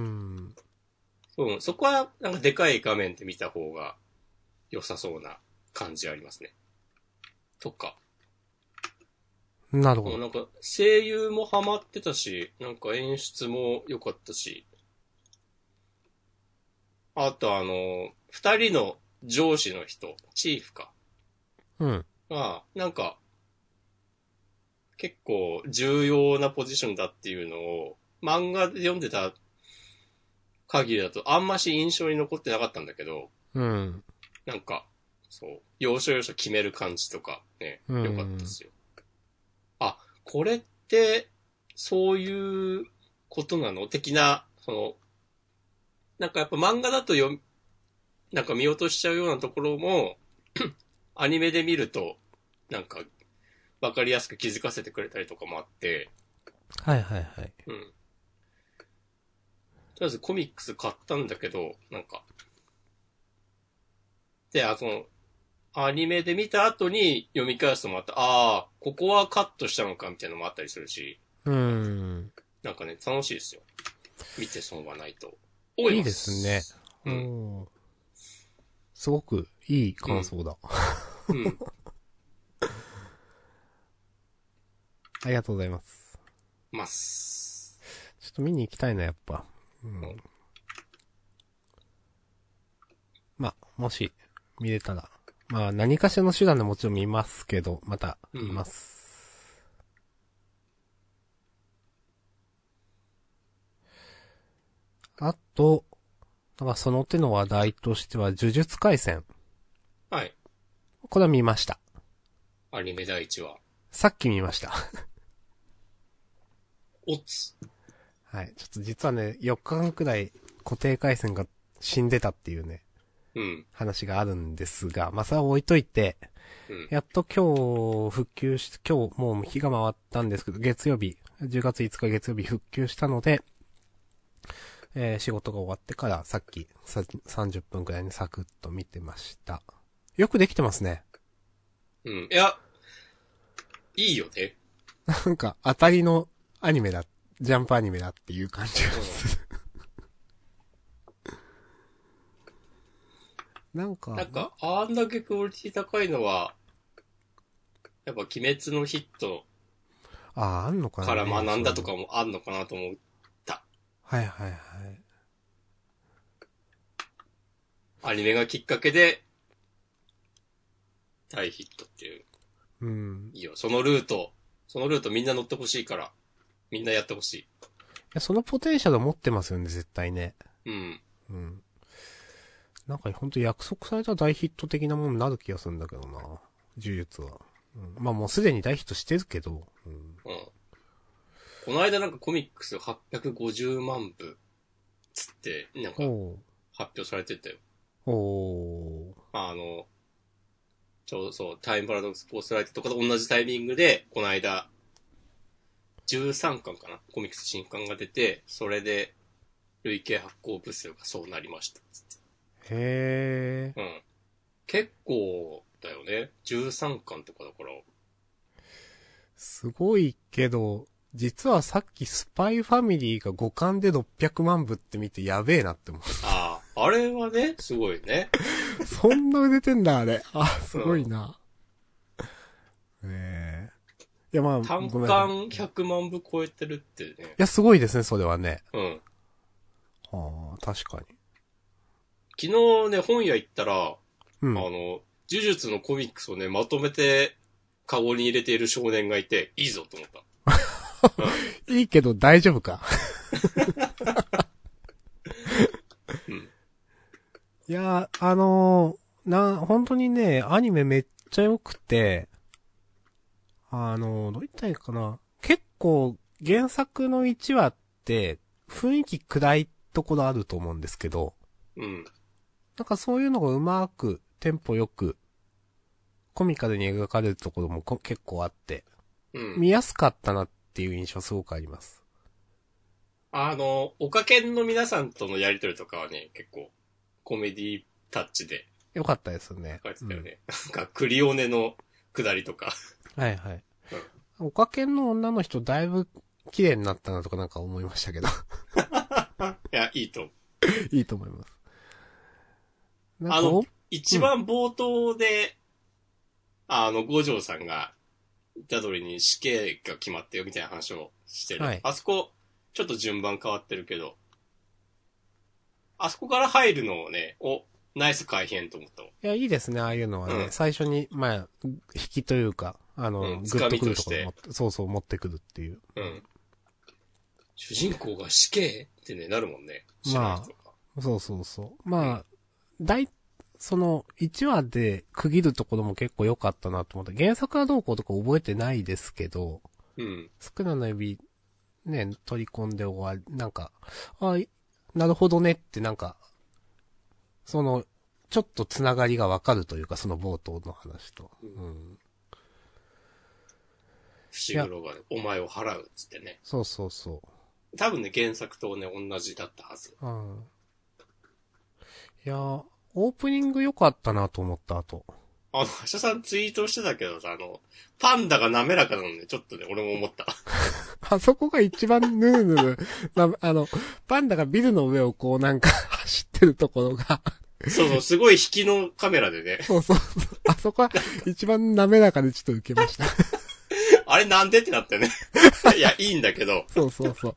うん、そこはなんかでかい画面で見た方が良さそうな感じありますね。とか。 なるほど。 もうなんか声優もハマってたし、なんか演出も良かったし、あと二人の上司の人、チーフか。 うん。 が、なんか、結構重要なポジションだっていうのを、漫画で読んでた限りだとあんまし印象に残ってなかったんだけど、 うん。 なんか、そう、要所要所決める感じとかね、 う良かったでん。 すよ。あ、これって、そういうことなの的な、なんかやっぱ漫画だとなんか見落としちゃうようなところも、アニメで見ると、なんか、わかりやすく気づかせてくれたりとかもあって、 はいはいはい。 うん。とりあえずコミックス買ったんだけど、なんか、で、アニメで見た後に読み返すとまた、ああ、ここはカットしたのかみたいなのもあったりするし、 うん。 なんかね、楽しいですよ。見て損はないと思いまいいですね。 す。 ううん。 ん。すごくいいうん。 感想だ。 うん。 ありがとうございます。 ます。 ちょっと見に行きたいな、やっぱ。ううん。 ん。まあ、もし、見れたら。まあ、何かしらの手段でもちろん見ますけど、また、見まうん。 す。あと、なんかその手の話題としては、呪術廻戦。 はい。 これは見ました。 アニメ第1話。 さっき見ました。 オッツ。 はい。ちょっと実はね、4日間くらい固定回線が死んでたっていうね、 うん。 話があるんですが、まあ、それは置いといて、 うん。 やっと今日復旧し、今日もう日が回ったんですけど、月曜日、10月5日月曜日復旧したので、仕事が終わってからさっき30分くらいにサクッと見てました。よくできてますね。 うん。いや、いいよね。 なんか当たりのアニメだ、ジャンプアニメだっていう感じがする。なんうん。なんか、 か、あんだけクオリティ高いのは、やっぱ鬼滅のヒットあんのかなからね。 学んだとそういうの。 かもあんのかなと思った。 はいはいはい。 アニメがきっかけで大ヒットっていう。 うん。 いいよ。そのルートみんな乗ってほしいから、みんなやってほしい。 や、そのポテンシャル持ってますよね、絶対ね。 うん。 うん。なんかほんと約束された大ヒット的なものになる気がするんだけどな。呪術は。うん、まあもうすでに大ヒットしてるけど。うん。 うん。この間なんかコミックス850万部つって、なんかおー。 発表されてたよ。 おー。 ちょうどそう、タイムパラドックスポーツライトとかと同じタイミングで、この間、13巻かなコミックス新刊が出て、それで、累計発行部数がそうなりました。 へー。 うん。結構だよね。13巻とかだから。 すごいけど、実はさっきスパイファミリーが5巻で600万部って見てやべえなって思う。 ああ、あれはね、すごいね。 そんな売れてんだ、あれ。あ、すごいうん。 な。ええ。いや、まあ、 単ごめんなさい。 巻100万部超えてるってね。 いや、すごいですね、それはね。 うん。 はあ、確かに。 昨日ね、本屋行ったら、 うん。 呪術のコミックスをね、まとめて、カゴに入れている少年がいて、いいぞと思った。 いいけど大丈夫か。 うん。 いや、本当にね、アニメめっちゃ良くて、どう言ったらいいかな。結構、原作の1話って、雰囲気暗いところあると思うんですけど、 うん。 なんかそういうのがうまく、テンポよく、コミカルに描かれるところも結構あって、 うん。 見やすかったなっていう印象すごくあります。 オカケンの皆さんとのやりとりとかはね、結構、コメディタッチでよかったですね。 書いてたよね。なんか、クリオネの下りとか。 はいはい。 うん。 おかけの女の人だいぶ綺麗になったなとかなんか思いましたけど。 いや、いいと思う。 いいと思います。なんあの、 か一番冒頭で、五条さんが、虎杖に死刑が決まってよみたいな話をしてる。 はい。 あそこ、ちょっと順番変わってるけど、あそこから入るのをね、ナイス改変と思ったわ。 いや、いいですね、ああいうのはね。 うん。 最初に、まあ、引きというか、 うん、つかグッとくるみとして。 ところ持って、そうそう持ってくるっていう。 うん。主人公が死刑ってね、なるもんね。知らない人が。 そうそうそう。まあ、その、1話で区切るところも結構良かったなと思って、原作はどうこうとか覚えてないですけど、 うん。 スクナの指、ね、取り込んで終わり、なんか、なるほどねってなんか、その、ちょっとつながりがわかるというか、その冒頭の話と。 うん。 うん。いや、 伏黒がね、お前を払うっつってね。 そうそうそ多分ね、原作とね、同じだったはず。 う。うん。いや、オープニング良かったなと思った後。 橋田さんツイートしてたけどさ、パンダが滑らかなのね、ちょっとね、俺も思った。 あそこが一番ヌルヌル、パンダがビルの上をこうなんか走ってるところがそうそう、すごい引きのカメラでね。 そうそうそう。あそこは一番滑らかでちょっと受けました。 あれなんでってなってね。いや、いいんだけど。 そうそうそう。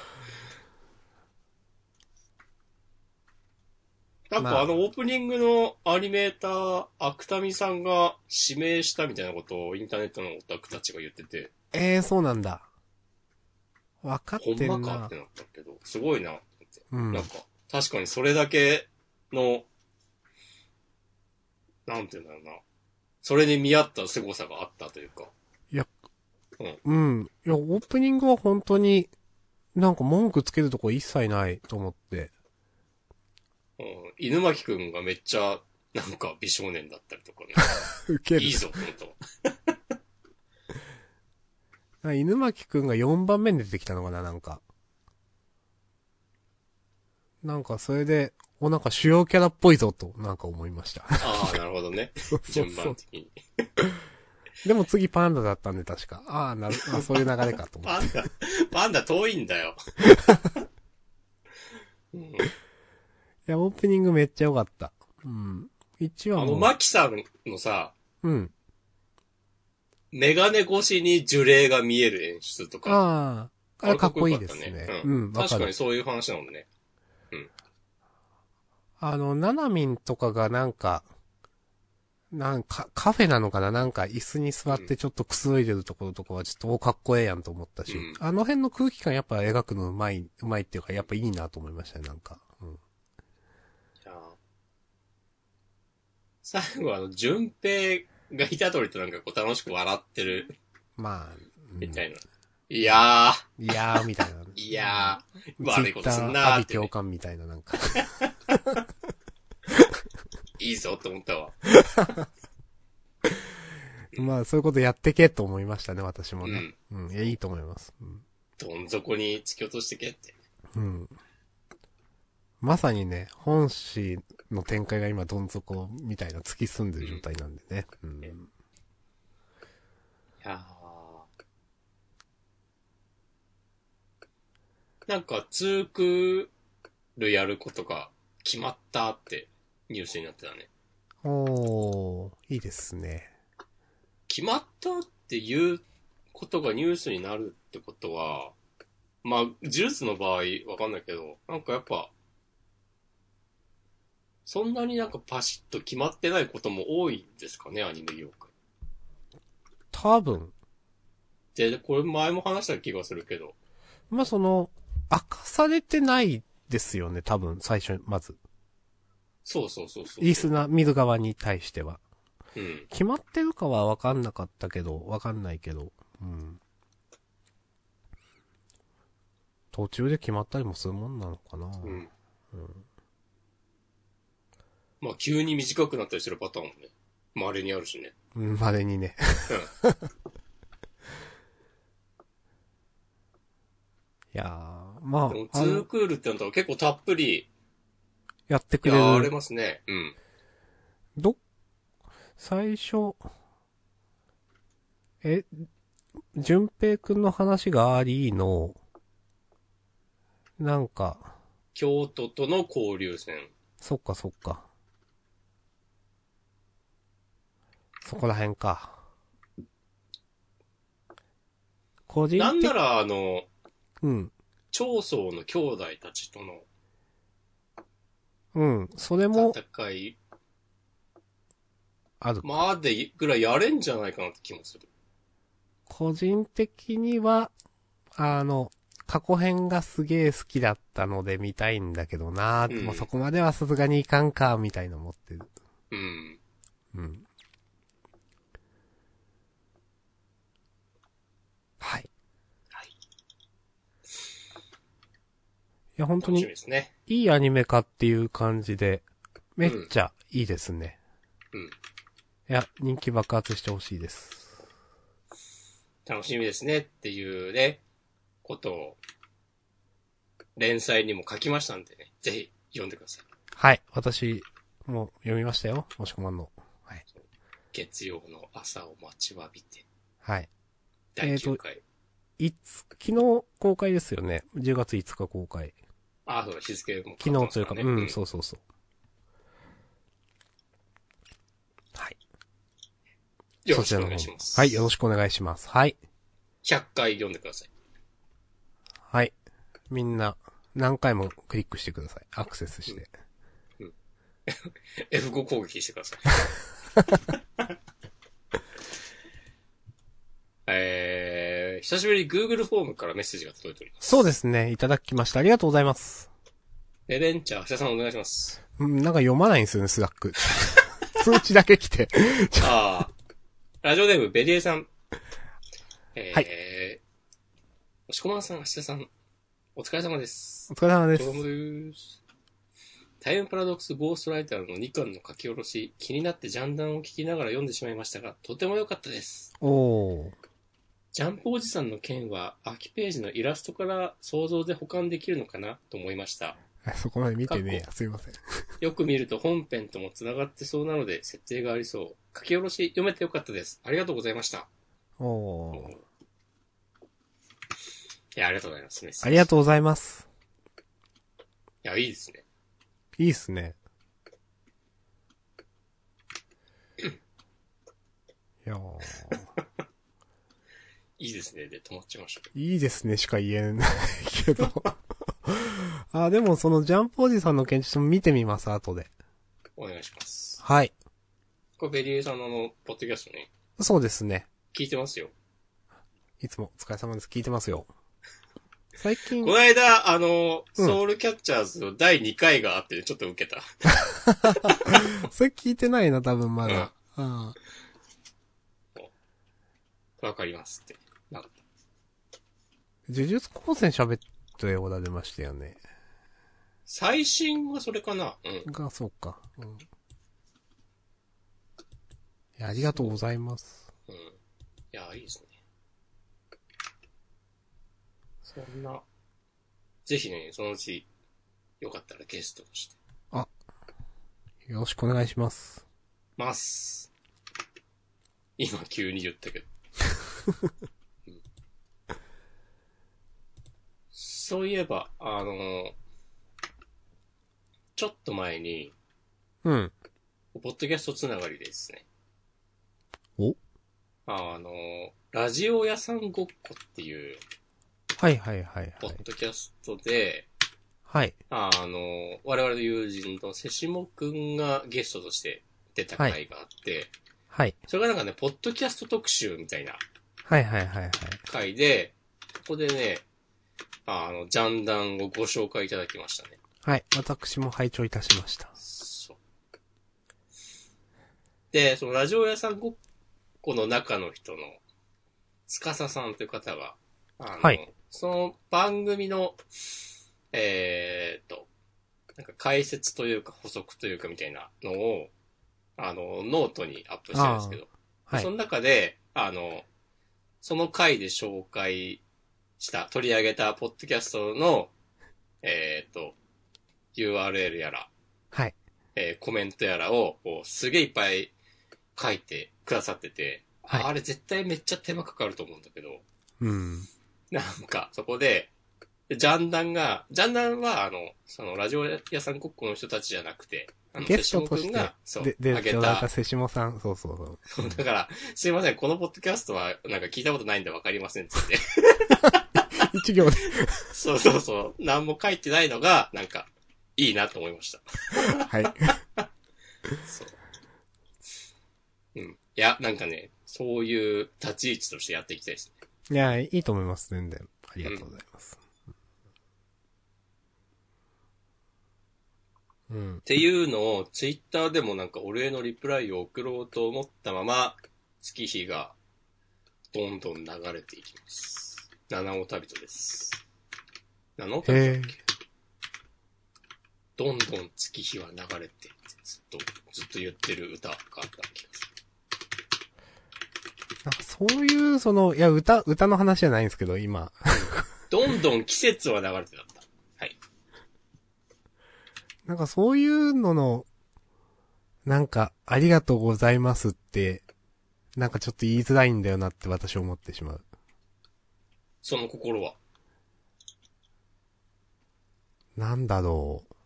なんかまあ、 オープニングのアニメーター、アクタミさんが指名したみたいなことをインターネットのオタクたちが言ってて、 そうなんだ。わかっほんてんな。 まかってなったけど、すごいなって。 うん。 なんか、確かにそれだけの、なんていうんだろうな。それに見合った凄さがあったというか。 いや、 うん。 うん。いや、オープニングは本当に、なんか文句つけるとこ一切ないと思って。 うん、犬巻くんがめっちゃ、なんか美少年だったりとかね。 ウケる。 いいぞ、本当。 犬巻くんが4番目に出てきたのかな、なんか。なんかそれで、なんか主要キャラっぽいぞと、なんか思いました。 ああ、なるほどね。 そうそう順そう。 番的に。 でも次パンダだったんで確か。そういう流れかと思って。 パンダ遠いんだよ。うん、 いや、オープニングめっちゃ良かった。うん。1話も。 マキさんのさ、 うん。 メガネ越しに樹齢が見える演出とか。 ああ。あれかっこいいですね。うん、わかる。 確かにそういう話なのね。うん。 ナナミンとかがなんか、カフェなのかななんか椅子に座ってちょっとくつろいでるところとかはちょっとかっこええやんと思ったし、 うん、 あの辺の空気感やっぱ描くのうまいっていうか、やっぱいいなと思いましたね、なんか。うん。 じゃあ最後順平がいたとりとなんかこう楽しく笑ってる。 まあ、うん、 みたいな。いやー、みたいな。 いやー、 悪いことすんなーって、ね。 阿鼻共感みたいななんか。 いいぞって思ったわ。 まあ、そういうことやってけと思いましたね、私もね。 うん。 うん。いや、いいと思います。うん。 どん底に突き落としてけって。 うん。まさにね、本誌の展開が今どん底みたいな突き進んでる状態なんでね。うん。 いやなんか、ツークルやることが決まったってニュースになってたね。 おー、いいですね。 決まったっていうことがニュースになるってことは、まあ、呪術の場合わかんないけど、なんかやっぱ、 そんなになんかパシッと決まってないことも多いんですかね、アニメ業界。 多分。 で、これ前も話した気がするけど。 まあ、明かされてないですよね、多分、最初、まず。 そうそうそうそう。 リスナー、見る側に対しては。 うん。 決まってるかはわかんなかったけど、わかんないけど。うん。途中で決まったりもするもんなのかな。 うん。まあ、急に短くなったりするパターンもね、稀にあるしね。 うん、稀にね。いやー、までも、 あ、 ツークールってなったら結構たっぷりやってくれやれる。 ますね。うん。 最初、淳平くんの話がありの、なんか、 京都との交流戦。 そっかそっか。そこら辺か。個人的、 なんなら、 うん。 長宗の兄弟たちとのうん。それも、 戦いあるか。 までぐらいやれんじゃないかなって気もする。 個人的には、過去編がすげえ好きだったので見たいんだけどなー、 うんもうそこまではさすがにいかんか、みたいな思ってる。 うん。 うん。はい。 はい。 いや、本当楽しみに、 ですね。 いいアニメ化っていう感じで、めっちゃいいですね。 うん。 いや、人気爆発してほしいです。 楽しみですねっていうね、ことを、連載にも書きましたんでね、ぜひ読んでください。 はい。私、もう読みましたよ。もしこまんの。はい。 月曜の朝を待ちわびて、 はい。 第9回。 昨日公開ですよね。10月5日公開。 ああ、そうだ、日付も昨日というか、 ね。 うん、そうそうそう。はい。 よろしくお願いします。 はい、よろしくお願いします。はい。 100回読んでください。 はい。みんな、何回もクリックしてください。アクセスして。 F5 攻撃してください。久しぶりに Google フォームからメッセージが届いております。 そうですね。いただきました。ありがとうございます。 レンチャー、橋田さんお願いします。 うん、なんか読まないんですよね、スラック。通知だけ来て。 ああ。ラジオネーム、ベリエさん。 はい。 押しこまんさん、橋田さん、お疲れ様です。 お疲れ様です。 どうもです。タイムパラドックスゴーストライターの2巻の書き下ろし、気になってジャンダンを聞きながら読んでしまいましたが、とても良かったです。 おー。 ジャンプおじさんの剣は、空きページのイラストから想像で保管できるのかなと思いました。 そこまで見てねえや。すいません。 よく見ると本編とも繋がってそうなので、設定がありそう。書き下ろし読めてよかったです。ありがとうございました。 おー。 いや、ありがとうございます。メッセージ。 ありがとうございます。 いや、いいですね。 いいっすね。いやー。 いいですね。で、止まっちゃいました。 いいですねしか言えないけど。あ、でもそのジャンプおじさんの現実も見てみます、後で。 お願いします。 はい。 これベリエさんのポッドキャストね。 そうですね。 聞いてますよ。 いつもお疲れ様です。聞いてますよ。最近。 この間、ソウルキャッチャーズの第2回があって、ちょっと受けた。 それ聞いてないな、多分まだ。 わかりますって。なんか呪術高専喋ったような出ましたよね。 最新はそれかな。 そうか。いや、ありがとうございます。 いや、いいですね。そんな、ぜひね、そのうち、よかったらゲストとして。 よろしくお願いします。 今急に言ったけど。そういえば、ちょっと前に、 うん。 ポッドキャストつながりですね。 おラジオ屋さんごっこっていう、 はいはいはいはい。 ポッドキャストで、 はい。 我々の友人の瀬下くんがゲストとして出た回があって、 はい。 それがなんかね、ポッドキャスト特集みたいなはいはいはいはい。 回で、ここでね、ジャンダンをご紹介いただきましたね。 はい。私も拝聴いたしました。 そう。で、そのラジオ屋さんごっこの中の人の、つかささんという方が、 はい。 その番組の、なんか解説というか補足というかみたいなのを、ノートにアップしてるんですけど、 はい。 その中で、その回で紹介した、取り上げたポッドキャストの、URL やら、 はい。 コメントやらを、すげえいっぱい書いてくださってて、 はい。 あれ絶対めっちゃ手間かかると思うんだけど、 うん。 なんか、そこで、ジャンダンは、その、ラジオ屋さんごっこの人たちじゃなくて、 ゲストとして、 そう、 で、 あげいただいたた。 瀬下さん、そうそうそう。 だから、すいません、このポッドキャストは、なんか聞いたことないんでわかりません、つって。 一行で。 そうそうそう。何も書いてないのが、なんか、いいなと思いました。 はい。 そう。うん。いや、なんかね、そういう立ち位置としてやっていきたいですね。 いや、いいと思います、全然。ありがとうございます。うん。 っていうのを、ツイッターでもなんかお礼のリプライを送ろうと思ったまま、月日がどんどん流れていきます。七尾旅人です。七尾旅人だっけ？どんどん月日は流れて、ずっと言ってる歌があった気がする。 なんかそういう、いや、歌の話じゃないんですけど、今。 どんどん季節は流れてだった。はい。 なんかそういうのの、なんか、ありがとうございますって、なんかちょっと言いづらいんだよなって私思ってしまう。 その心は。 なんだろう。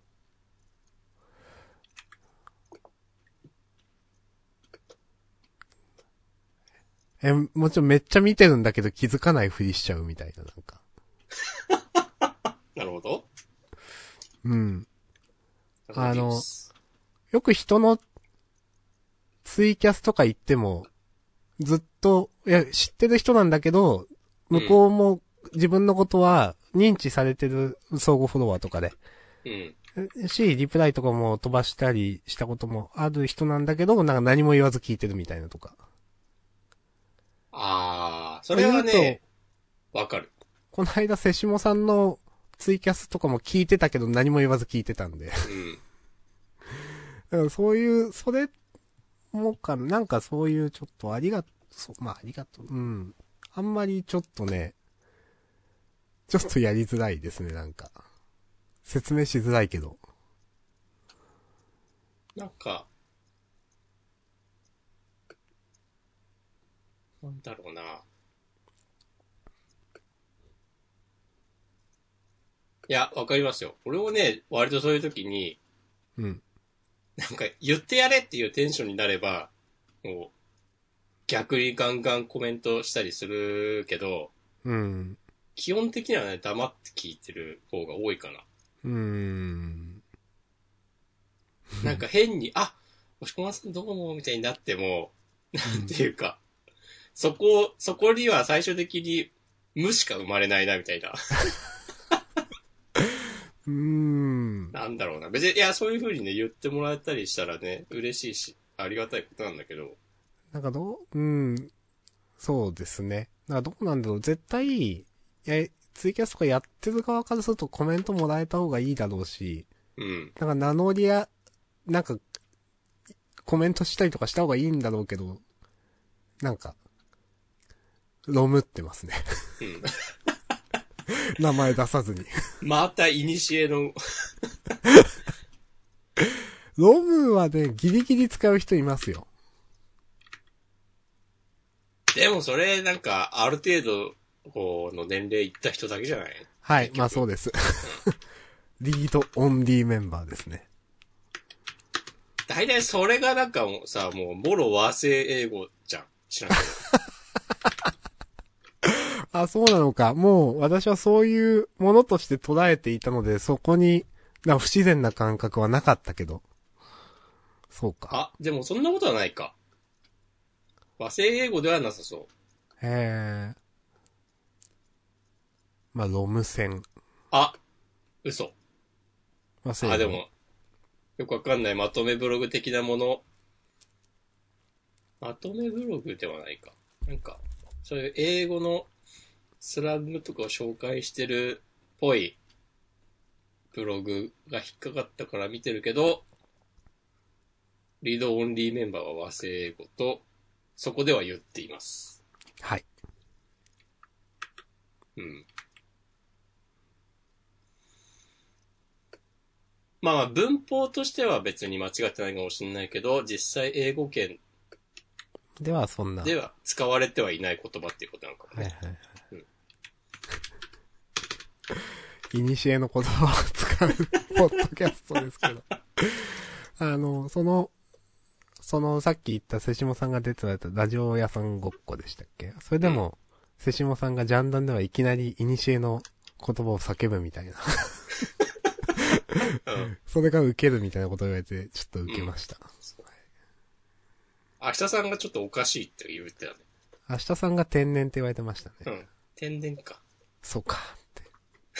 もちろんめっちゃ見てるんだけど気づかないふりしちゃうみたいな、なんか。 なるほど。 うん。よく人のツイキャスとか言っても、ずっと、いや、知ってる人なんだけど、向こうも自分のことは認知されてる相互フォロワーとかで。 うん。 リプライとかも飛ばしたりしたこともある人なんだけど、なんか何も言わず聞いてるみたいなとか。 それはね、わかる。 この間、瀬下さんのツイキャスとかも聞いてたけど何も言わず聞いてたんで。だからそういう、それもかな、なんかそういうちょっとありがとう。うん。あんまりちょっとね、ちょっとやりづらいですね、なんか。説明しづらいけど。 なんか、なんだろうな。いや、わかりますよ。俺もね、割とそういう時に、 うん。 なんか言ってやれっていうテンションになれば、もう、逆にガンガンコメントしたりするけど、 うん。 基本的にはね、黙って聞いてる方が多いかな。なんか変に、押し込まさんどうもみたいになっても、なんていうか、そこには最終的に無しか生まれないな、みたいな。なんだろうな。別に、いや、そういう風にね、言ってもらえたりしたらね、嬉しいし、ありがたいことなんだけど。 なんかそうですね。なんかどうなんだろう。絶対、ツイキャスとかやってる側からするとコメントもらえた方がいいだろうし、 うん。 なんか名乗りや、なんか、コメントしたりとかした方がいいんだろうけど、なんか、ロムってますね。 うん。 名前出さずに。 また、いにしえのロムはね、ギリギリ使う人いますよ。 でもそれ、なんか、ある程度、こう、の年齢いった人だけじゃない？ はい、まあそうです。リードオンリーメンバーですね。 大体それがなんかもうさ、もう、もろ和製英語じゃん。知らんけあ、そうなのか。もう私はそういうものとして捉えていたので、そこに、なんか不自然な感覚はなかったけど。そうか。 あ、でもそんなことはないか。和製英語ではなさそう。 へえ。まあ、ロム線。 あ、嘘。あ、でまあ、 も、よくわかんないまとめブログ的なもの。まとめブログではないか。なんか、そういう英語のスラングとかを紹介してるっぽいブログが引っかかったから見てるけど、リードオンリーメンバーは和製英語と、そこでは言っています。 はい。 うん。まあ文法としては別に間違ってないかもしれないけど、実際英語圏では、そんな。 では使われてはいない言葉っていうことなのかもね。 はいはいはい。 うん。 いにしえの言葉を使うポッドキャストですけど。さっき言った瀬下さんが出てたラジオ屋さんごっこでしたっけ？それでも、瀬下さんがジャンダンではいきなりいにしえの言葉を叫ぶみたいな。 うん。 それが受けるみたいなことを言われて、ちょっと受けました。 明日さんがちょっとおかしいって言ってたね。 明日さんが天然って言われてましたね。 うん。天然か。 そうかって。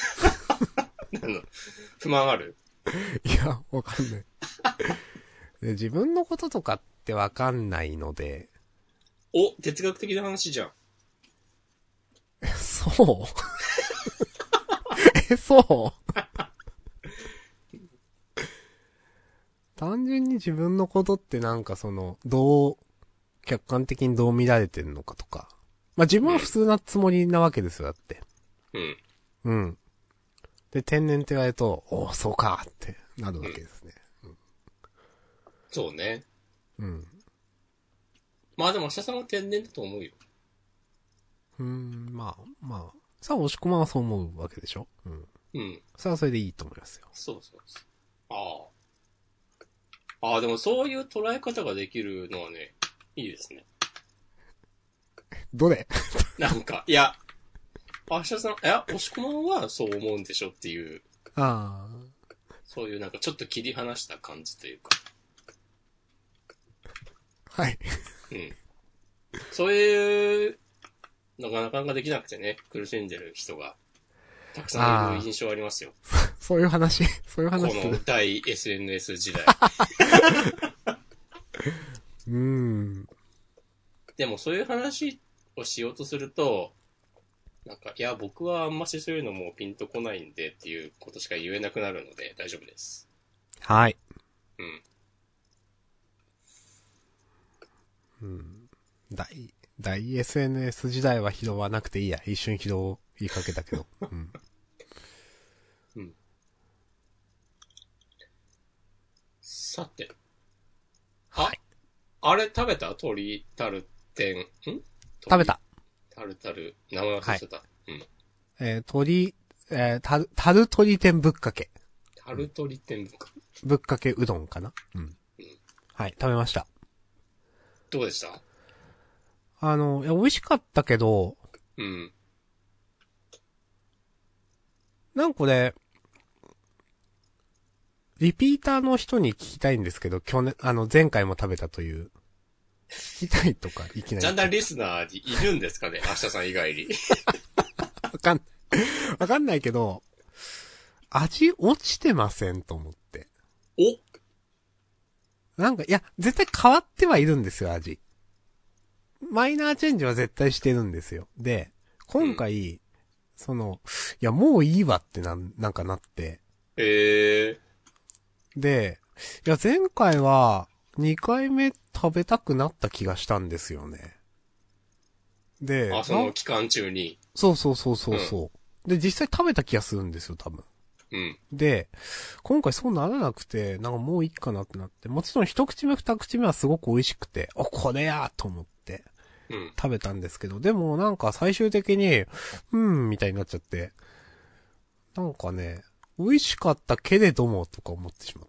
不満ある？ いや、わかんない。で自分のこととかってわかんないので。 お、哲学的な話じゃん。 そうそう単純に自分のことってなんか客観的にどう見られてるのかとか。まあ、自分は普通なつもりなわけですよ、だって。 うん。 うん。で、天然って言われると、おそうかってなるわけですね。 そうね。 うん。 まあでも明日さんは天然だと思うよ。 まあ。さあ、押し込まはそう思うわけでしょ？うん。 うん。 それはそれでいいと思いますよ。 そうそうそう。ああ。ああ、でもそういう捉え方ができるのはね、いいですね。 どれ？ なんか、いや、明日さん、いや、押し込まんはそう思うんでしょっていう、 あそういうなんかちょっと切り離した感じというか。 あ。はい。 うん。そういうのがなかなかできなくてね、苦しんでる人がたくさんいる印象ありますよ。 そういう話そういうこ話する。 の大 SNS 時代。でもそういう話をしようとすると、なんか、いや、僕はあんましそういうのもうピンとこないんでっていうことしか言えなくなるので大丈夫です。 はい。 うん。 大 SNS 時代は拾わなくていいや。一瞬拾いかけたけど。うん。 うん。さて。あ、 はい。 あれ食べた鶏タルテン、 食べた。 タルタル。名前忘れてた。うん。 タル鶏天ぶっかけ。 タルトリテンか。 ぶっかけうどんかな？うん。はい、食べました。 どうでした？ いや、美味しかったけど、 うん。 なんかこれ、リピーターの人に聞きたいんですけど、前回も食べたという。聞きたいとか、いきなり。 ジャンダンリスナーにいるんですかね？明日さん以外に。 わかんないけど、味落ちてませんと思って。 おなんか、いや、絶対変わってはいるんですよ、味。マイナーチェンジは絶対してるんですよ。で、今回、いや、もういいわってなんかなって。で、いや、前回は、2回目食べたくなった気がしたんですよね。で、 あ、その期間中に。 そうそうそうそうそう、で、実際食べた気がするんですよ、多分。 うん。 で、今回そうならなくて、なんかもういいかなってなって、もちろん一口目二口目はすごく美味しくて、これやと思って、食べたんですけど、でもなんか最終的に、みたいになっちゃって、なんかね、美味しかったけれども、とか思ってしまった。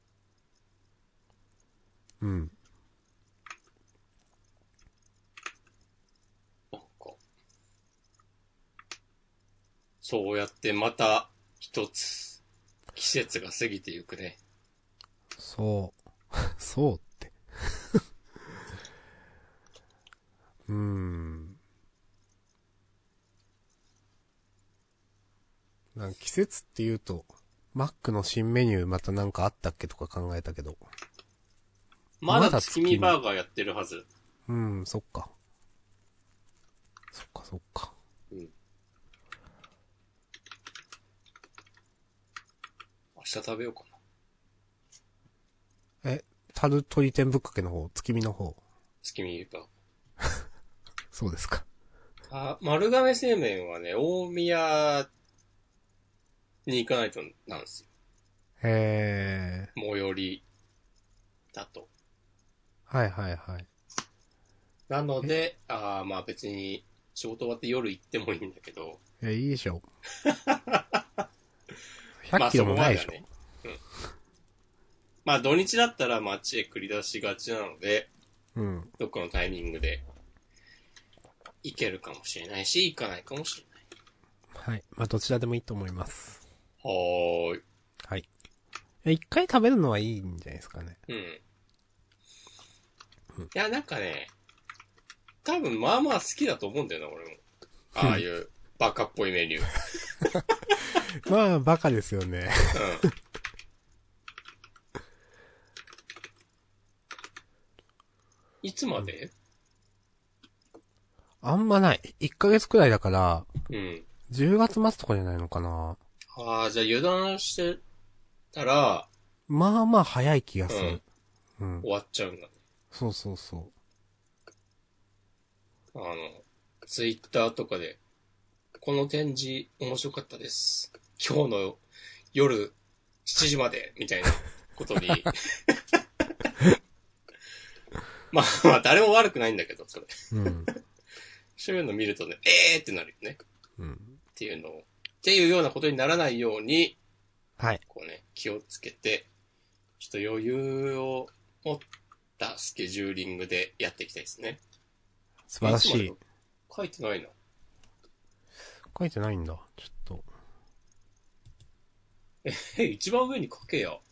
うん。 そうやってまた一つ季節が過ぎてゆくね。 そう。そうって。なんか季節って言うと、マックの新メニューまたなんかあったっけとか考えたけど。 まだ月見バーガーやってるはず。 そっか。そっかそっか。 うん。明日食べようかな。 タルトリ天ぶっかけの方、月見の方。 月見バーガー。 そうですか。 丸亀製麺はね、大宮に行かないとなんですよ。 へ最寄りだと。 はいはいはい。 なので、まあ別に仕事終わって夜行ってもいいんだけど。 いいでしょ。100キロもないでしょ。 まあそこまではね。まあ土日だったら街へ繰り出しがちなので、どっかのタイミングで行けるかもしれないし、行かないかもしれない。 はい。まあどちらでもいいと思います。 はーい。 はい。一回食べるのはいいんじゃないですかね。 いや、なんかね、多分まあまあ好きだと思うんだよな、俺も。ああいうバカっぽいメニュー。 まあ、バカですよね。 いつまで？ あんまない。1ヶ月くらいだから、10月末とかじゃないのかな。 じゃあ油断してたら、 まあまあ早い気がする。 終わっちゃうんだね。 そうそうそう。 ツイッターとかで、この展示面白かったです。今日の夜7時まで、みたいなことに。まあ、誰も悪くないんだけど、それ。そういうの見るとね、ってなるよね。っていうようなことにならないように、 はい。 こうね、気をつけて、ちょっと余裕を持ったスケジューリングでやっていきたいですね。 素晴らしい。 書いてないな。 書いてないんだ。ちょっと。一番上に書けや。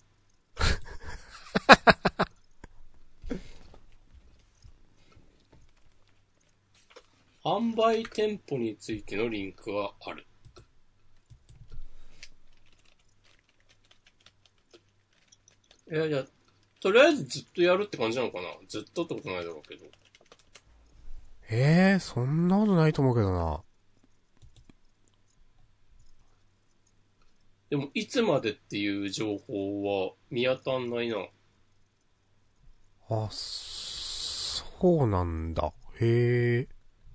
販売店舗についてのリンクはある。いや、とりあえずずっとやるって感じなのかな？ずっとってことないだろうけど。 そんなことないと思うけどな。 でも、いつまでっていう情報は見当たんないな。 あ、そうなんだ。へえ。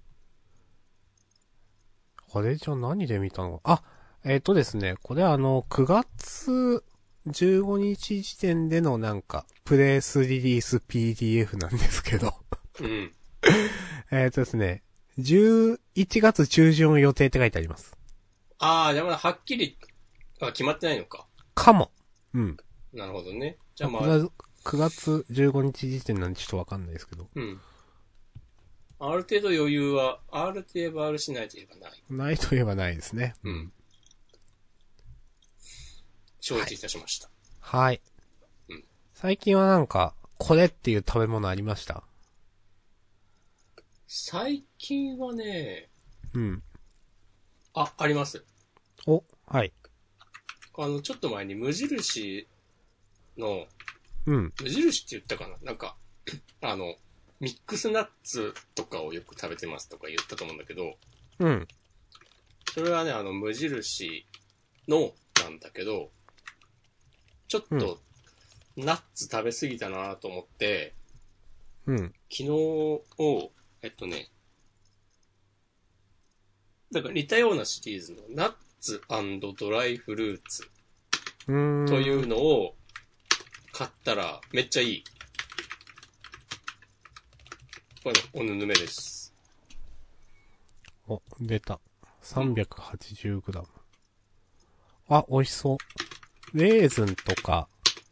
あれじゃ何で見たの？ですね、これ9月15日時点でのなんか、プレスリリース PDF なんですけど。ですね、11月中旬予定って書いてあります。 じゃあまだはっきり決まってないのか。 かも。 なるほどね。じゃあまあ。 9月15日時点なんでちょっとわかんないですけど。 ある程度余裕は、あると言えばあるしないと言えばない。 ないと言えばないですね。 承知いたしました。 はい。最近はなんか、これっていう食べ物ありました？ 最近はね、あります。 はい。 ちょっと前に無印の、 無印って言ったかな？なんか、ミックスナッツとかをよく食べてますとか言ったと思うんだけど、それはね、無印のなんだけど、ちょっと、ナッツ食べ過ぎたなと思って、昨日だから似たようなシリーズのナッツ&ドライフルーツというのを買ったらめっちゃいい。これおぬぬめです。 出た。380g。美味しそう。レーズンとか。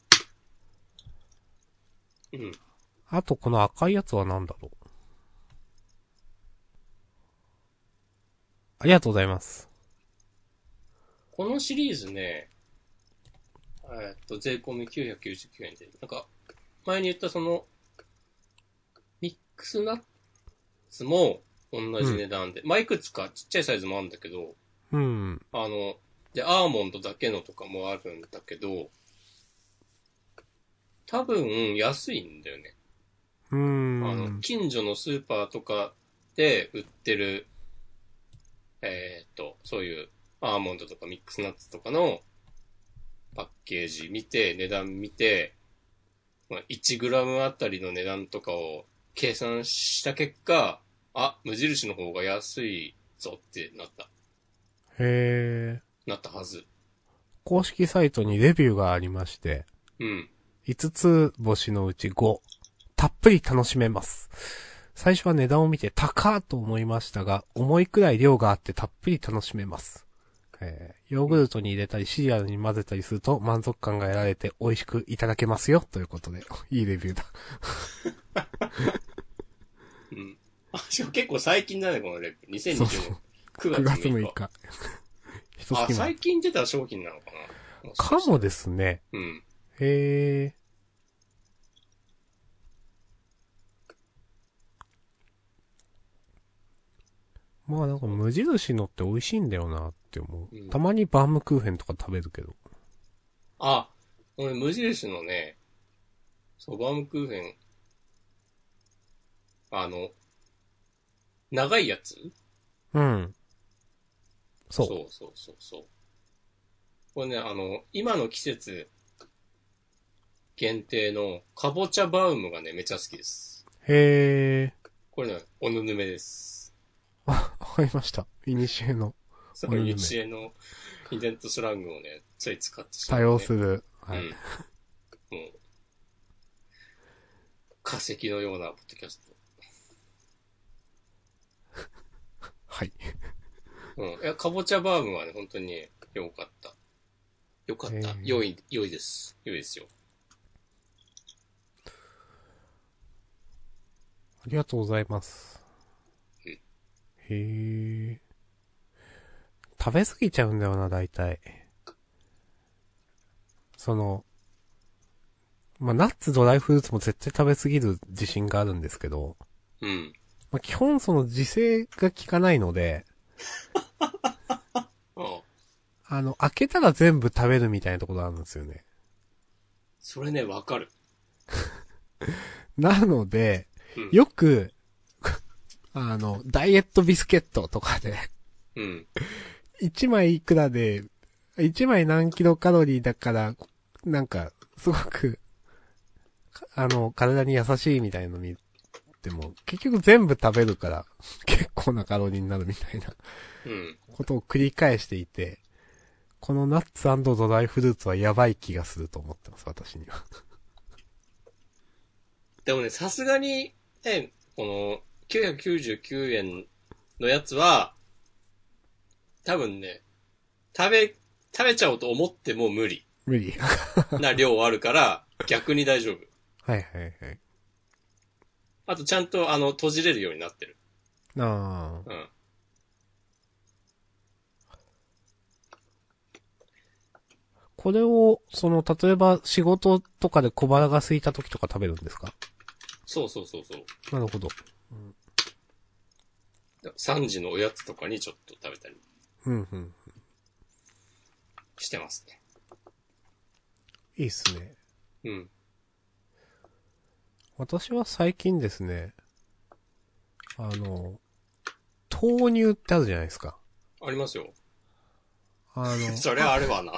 あとこの赤いやつは何だろう。ありがとうございます。 このシリーズね、税込み999円で、なんか、前に言ったその、ミックスナッツも同じ値段で、まあ、いくつかちっちゃいサイズもあるんだけど、 うん。 で、アーモンドだけのとかもあるんだけど、多分安いんだよね。近所のスーパーとかで売ってる、そういうアーモンドとかミックスナッツとかのパッケージ見て、値段見て、まあ、1グラムあたりの値段とかを計算した結果、あ、無印の方が安いぞってなった。 へー。 なったはず。 公式サイトにレビューがありまして、 うん。 5つ星のうち5。たっぷり楽しめます。最初は値段を見て高ーと思いましたが、重いくらい量があってたっぷり楽しめます。ヨーグルトに入れたりシリアルに混ぜたりすると満足感が得られて美味しくいただけますよ。ということで、いいレビューだ。 うん。あ、しかも結構最近だね、このレビュー。2020年9 9 月月 6 6 日。 日。 あ、最近出た商品なのかなかもですね。 うん。 へー。まあなんか無印のって美味しいんだよなって思う。 うん、 たまにバームクーヘンとか食べるけど。 あ、俺無印のね、そう、バームクーヘン、長いやつうん。そう。 そうそうそうそう。これね、今の季節限定のかぼちゃバウムがね、めちゃ好きです。 へー。 これね、おぬぬめです。 あ、わかりました。イニシエの。 そう、イニシエのイデントスラングをね、つい使ってしまう、 多ね。 用する。はい。 うん。もう、化石のようなポッドキャスト。 はい。 うん。いや、かぼちゃバームはね、本当にね、良かった。良かった。良いです。良いですよ。 ありがとうございます。 うん。 へえ。食べ過ぎちゃうんだよな、大体。まあ、ナッツドライフルーツも絶対食べ過ぎる自信があるんですけど、 うん。 まあ、基本自制が効かないので、開けたら全部食べるみたいなところあるんですよね。 それね、わかる。 なので、 うん、 よく、ダイエットビスケットとかで、 うん。 1枚いくらで、1枚何キロカロリーだから、なんか、すごく、体に優しいみたいの見ても、結局全部食べるから、結構なカロリーになるみたいな、ことを繰り返していて、このナッツ&ドライフルーツはやばい気がすると思ってます、私には。 でもね、さすがに、ね、この、999円のやつは、多分ね、食べちゃおうと思っても無理。 無理。 な量あるから、逆に大丈夫。 はいはいはい。 あとちゃんと閉じれるようになってる。 ああ。 うん。 これを、例えば仕事とかで小腹が空いた時とか食べるんですか？ そうそうそうそう。 なるほど。 うん、3時のおやつとかにちょっと食べたり。 うんうん。 してますね。 いいっすね。 うん。 私は最近ですね、豆乳ってあるじゃないですか。 ありますよ。 それはあれはな。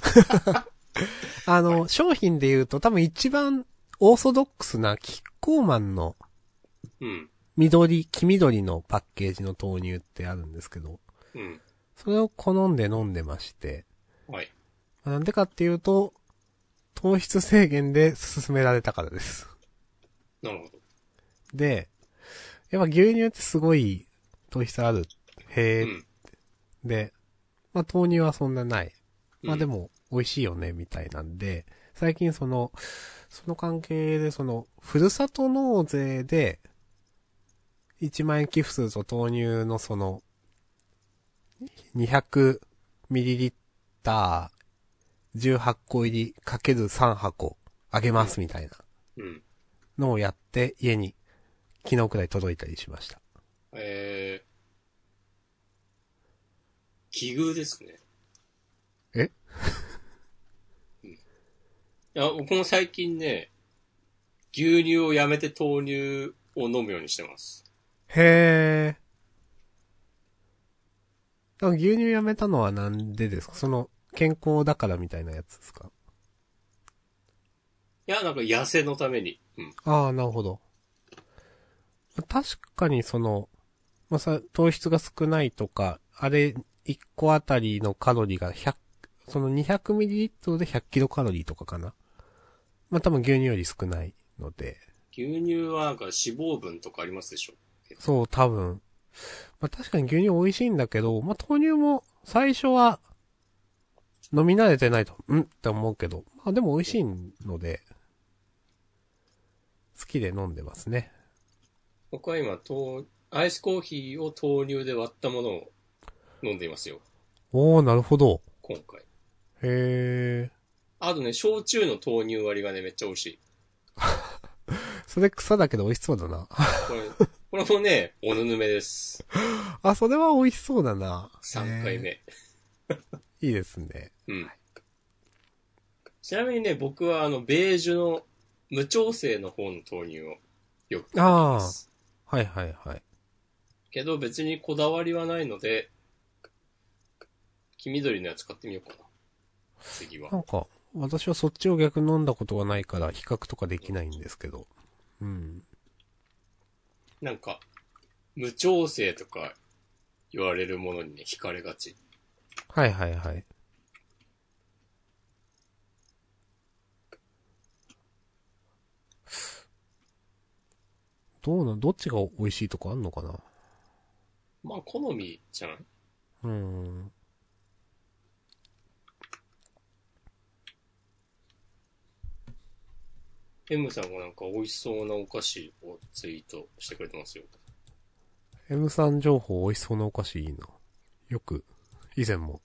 商品で言うと多分一番オーソドックスなキッコーマンの、 うん。 黄緑のパッケージの豆乳ってあるんですけど、 うん。 それを好んで飲んでまして、 はい。 なんでかっていうと、糖質制限で勧められたからです。 なるほど。 で、やっぱ牛乳ってすごい糖質ある。へー、うん。で、まあ豆乳はそんなない。まあでも美味しいよね、みたいなんで、最近その関係でふるさと納税で、1万円寄付すると豆乳の200ml ター18個入りかける3箱あげますみたいなうん。 のをやって家に昨日くらい届いたりしました。 奇遇ですね。 え？ いや、僕も最近ね、牛乳をやめて豆乳を飲むようにしてます。 へー。牛乳やめたのはなんでですか？その、健康だからみたいなやつですか？ いや、なんか痩せのために。うん。 ああ、なるほど。確かにその、まあ、糖質が少ないとか、あれ、1個あたりのカロリーがその 200ml で100キロカロリーとかかな。まあ、多分牛乳より少ないので。 牛乳はなんか脂肪分とかありますでしょ。 そう、多分。まあ、確かに牛乳美味しいんだけど、まあ、豆乳も最初は飲み慣れてないと、って思うけど、まあでも美味しいので、好きで飲んでますね。 僕は今、アイスコーヒーを豆乳で割ったものを飲んでいますよ。 おー、なるほど。 今回。 へー。 あとね、焼酎の豆乳割りがね、めっちゃ美味しい。 それ草だけど美味しそうだな。 これもね、おぬぬめです。 あ、それは美味しそうだな。 3回目。 いいですね。 うん。ちなみにね、僕はベージュの無調整の方の豆乳をよく飲みます。 はいはいはい。 けど別にこだわりはないので、黄緑のやつ買ってみようかな。次は。 なんか、私はそっちを逆に飲んだことがないから比較とかできないんですけど。うん。 なんか、無調整とか言われるものにね、惹かれがち。 はいはいはい。どっちが美味しいとかあんのかな？ まあ、好みじゃん。 うーん。 M さんがなんか美味しそうなお菓子をツイートしてくれてますよ。 M さん情報美味しそうなお菓子いいな。よく、以前も。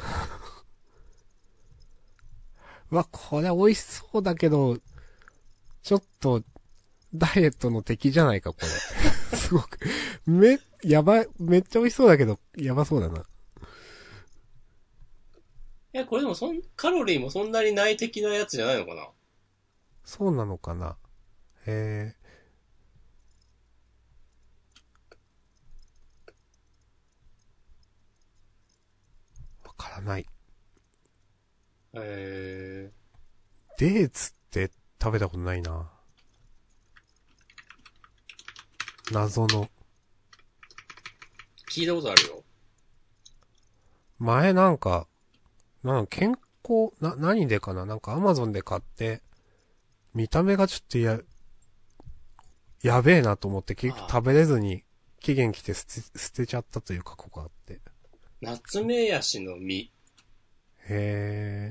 うわ、これ美味しそうだけど、ちょっと、ダイエットの敵じゃないか、これ。すごく。やばい、めっちゃ美味しそうだけど、やばそうだな。 いや、これでもカロリーもそんなにない的なやつじゃないのかな。 そうなのかな。へえ。わからない。 えデーツって食べたことないな。謎の。 聞いたことあるよ。 前なんか健康、何でかななんかアマゾンで買って、見た目がちょっとやべえなと思って結局食べれずに期限来て捨てちゃったという過去があって。 ナツメヤシの実。 へ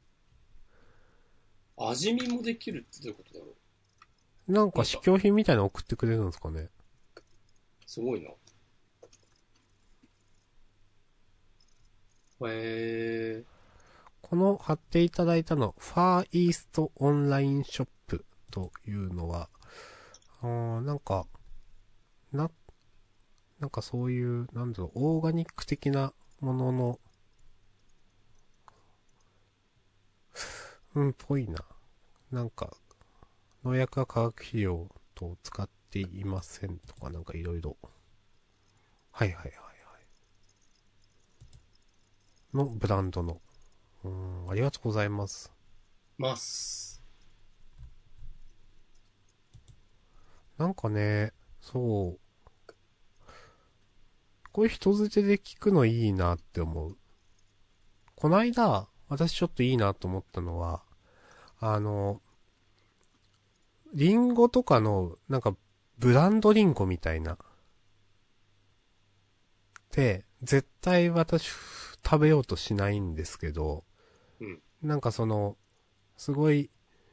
味見もできるってどういうことだろー。なんか試供品みたいなの送ってくれるんですかね。 すごいな。へこの貼っていただいたの、ファーイーストオンラインショップというのは、なんか、なんかそういう、なんだろう、オーガニック的なものの、ぽいな。なんか、農薬は化学肥料と使っていませんとかなんかいろいろ。はいはいはいはい。のブランドの。ありがとうございます。 ます。 なんかね、そう。こういう人づてで聞くのいいなって思う。こないだ、私ちょっといいなと思ったのは、リンゴとかの、なんか、ブランドリンゴみたいな。で、絶対私、食べようとしないんですけど、 うん。 なんかその、すごい、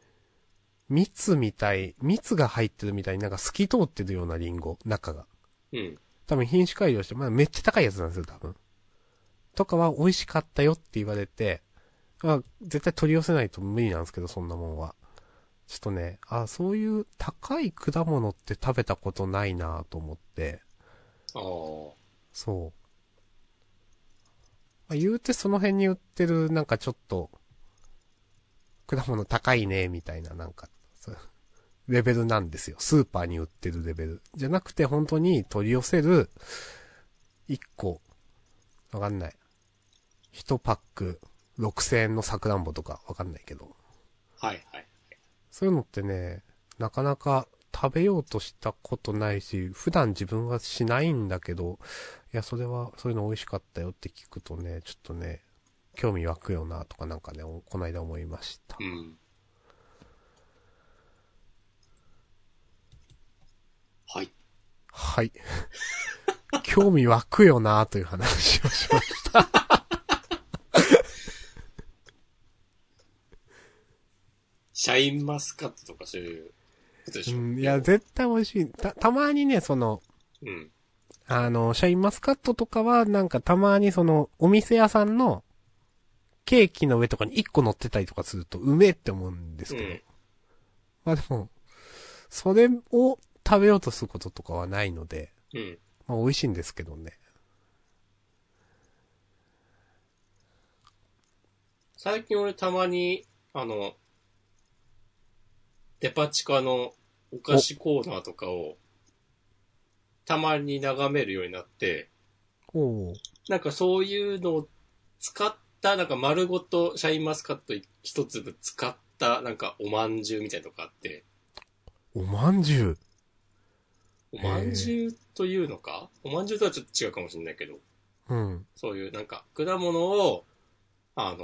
蜜が入ってるみたいになんか透き通ってるようなリンゴ、中が。 うん。 多分品種改良して、まあめっちゃ高いやつなんですよ、多分。 とかは美味しかったよって言われて、絶対取り寄せないと無理なんですけど、そんなもんは。ちょっとね、そういう高い果物って食べたことないなと思って。 ああ。 そう。言うてその辺に売ってるなんかちょっと、果物高いね、みたいななんか、レベルなんですよ。スーパーに売ってるレベル。じゃなくて本当に取り寄せる、1個、わかんない。1パック6000円のサクランボとかわかんないけど。 はいはい。 そういうのってね、なかなか食べようとしたことないし、普段自分はしないんだけど、いや、それは、そういうの美味しかったよって聞くとね、ちょっとね、興味湧くよなとかなんかね、この間思いました。 うん。はい。 はい。興味湧くよなという話をしました。 シャインマスカットとかそういうことでしょ。 いや、絶対美味しい。たまにね、その、 うん。 シャインマスカットとかは、なんかたまにその、お店屋さんの、ケーキの上とかに1個乗ってたりとかすると、うめえって思うんですけど。まあでも、それを食べようとすることとかはないので、まあ美味しいんですけどね。 最近俺たまに、デパ地下のお菓子コーナーとかを、たまに眺めるようになって、なんかそういうのを使った、なんか丸ごとシャインマスカット一粒使った、なんかおまんじゅうみたいなのがあって。 おまんじゅうおまんじゅうというのかおまんじゅうとはちょっと違うかもしれないけど。 うん。 そういうなんか果物を、なん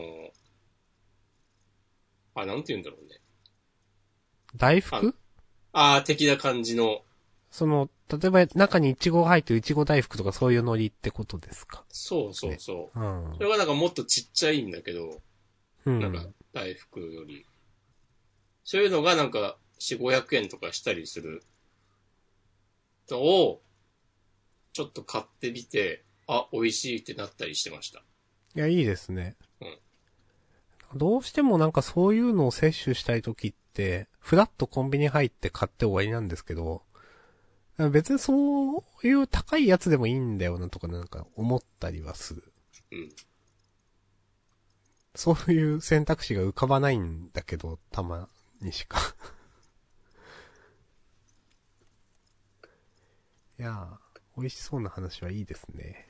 て言うんだろうね。 大福的な感じの。 その、例えば中にイチゴが入ってるイチゴ大福とかそういうノリってことですか？ そうそうそう。 ね、うん。 それがなんかもっとちっちゃいんだけど、 うん。 なんか大福より。そういうのがなんか4、500円とかしたりするのを、ちょっと買ってみて、美味しいってなったりしてました。 いや、いいですね。 うん。 どうしてもなんかそういうのを摂取したいときって、フラッとコンビニ入って買って終わりなんですけど、別にそういう高いやつでもいいんだよなとかなんか思ったりはする。 うん。 そういう選択肢が浮かばないんだけど、たまにしか。いやー、美味しそうな話はいいですね。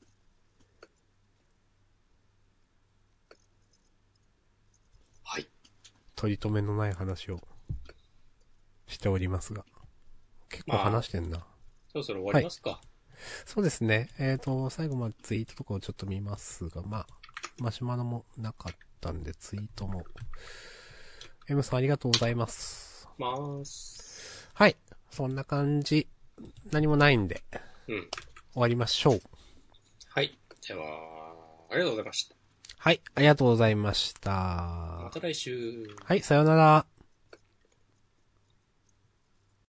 はい。 取り留めのない話をしておりますが。結構話してんな。 そろそろ終わりますか。はい、 そうですね。最後までツイートとかをちょっと見ますが、まあ、マシュマロもなかったんで、ツイートも。M さんありがとうございます。はい。そんな感じ。何もないんで。 うん。 終わりましょう。 はい。では、ありがとうございました。 はい。ありがとうございました。 また来週。 はい。さようなら。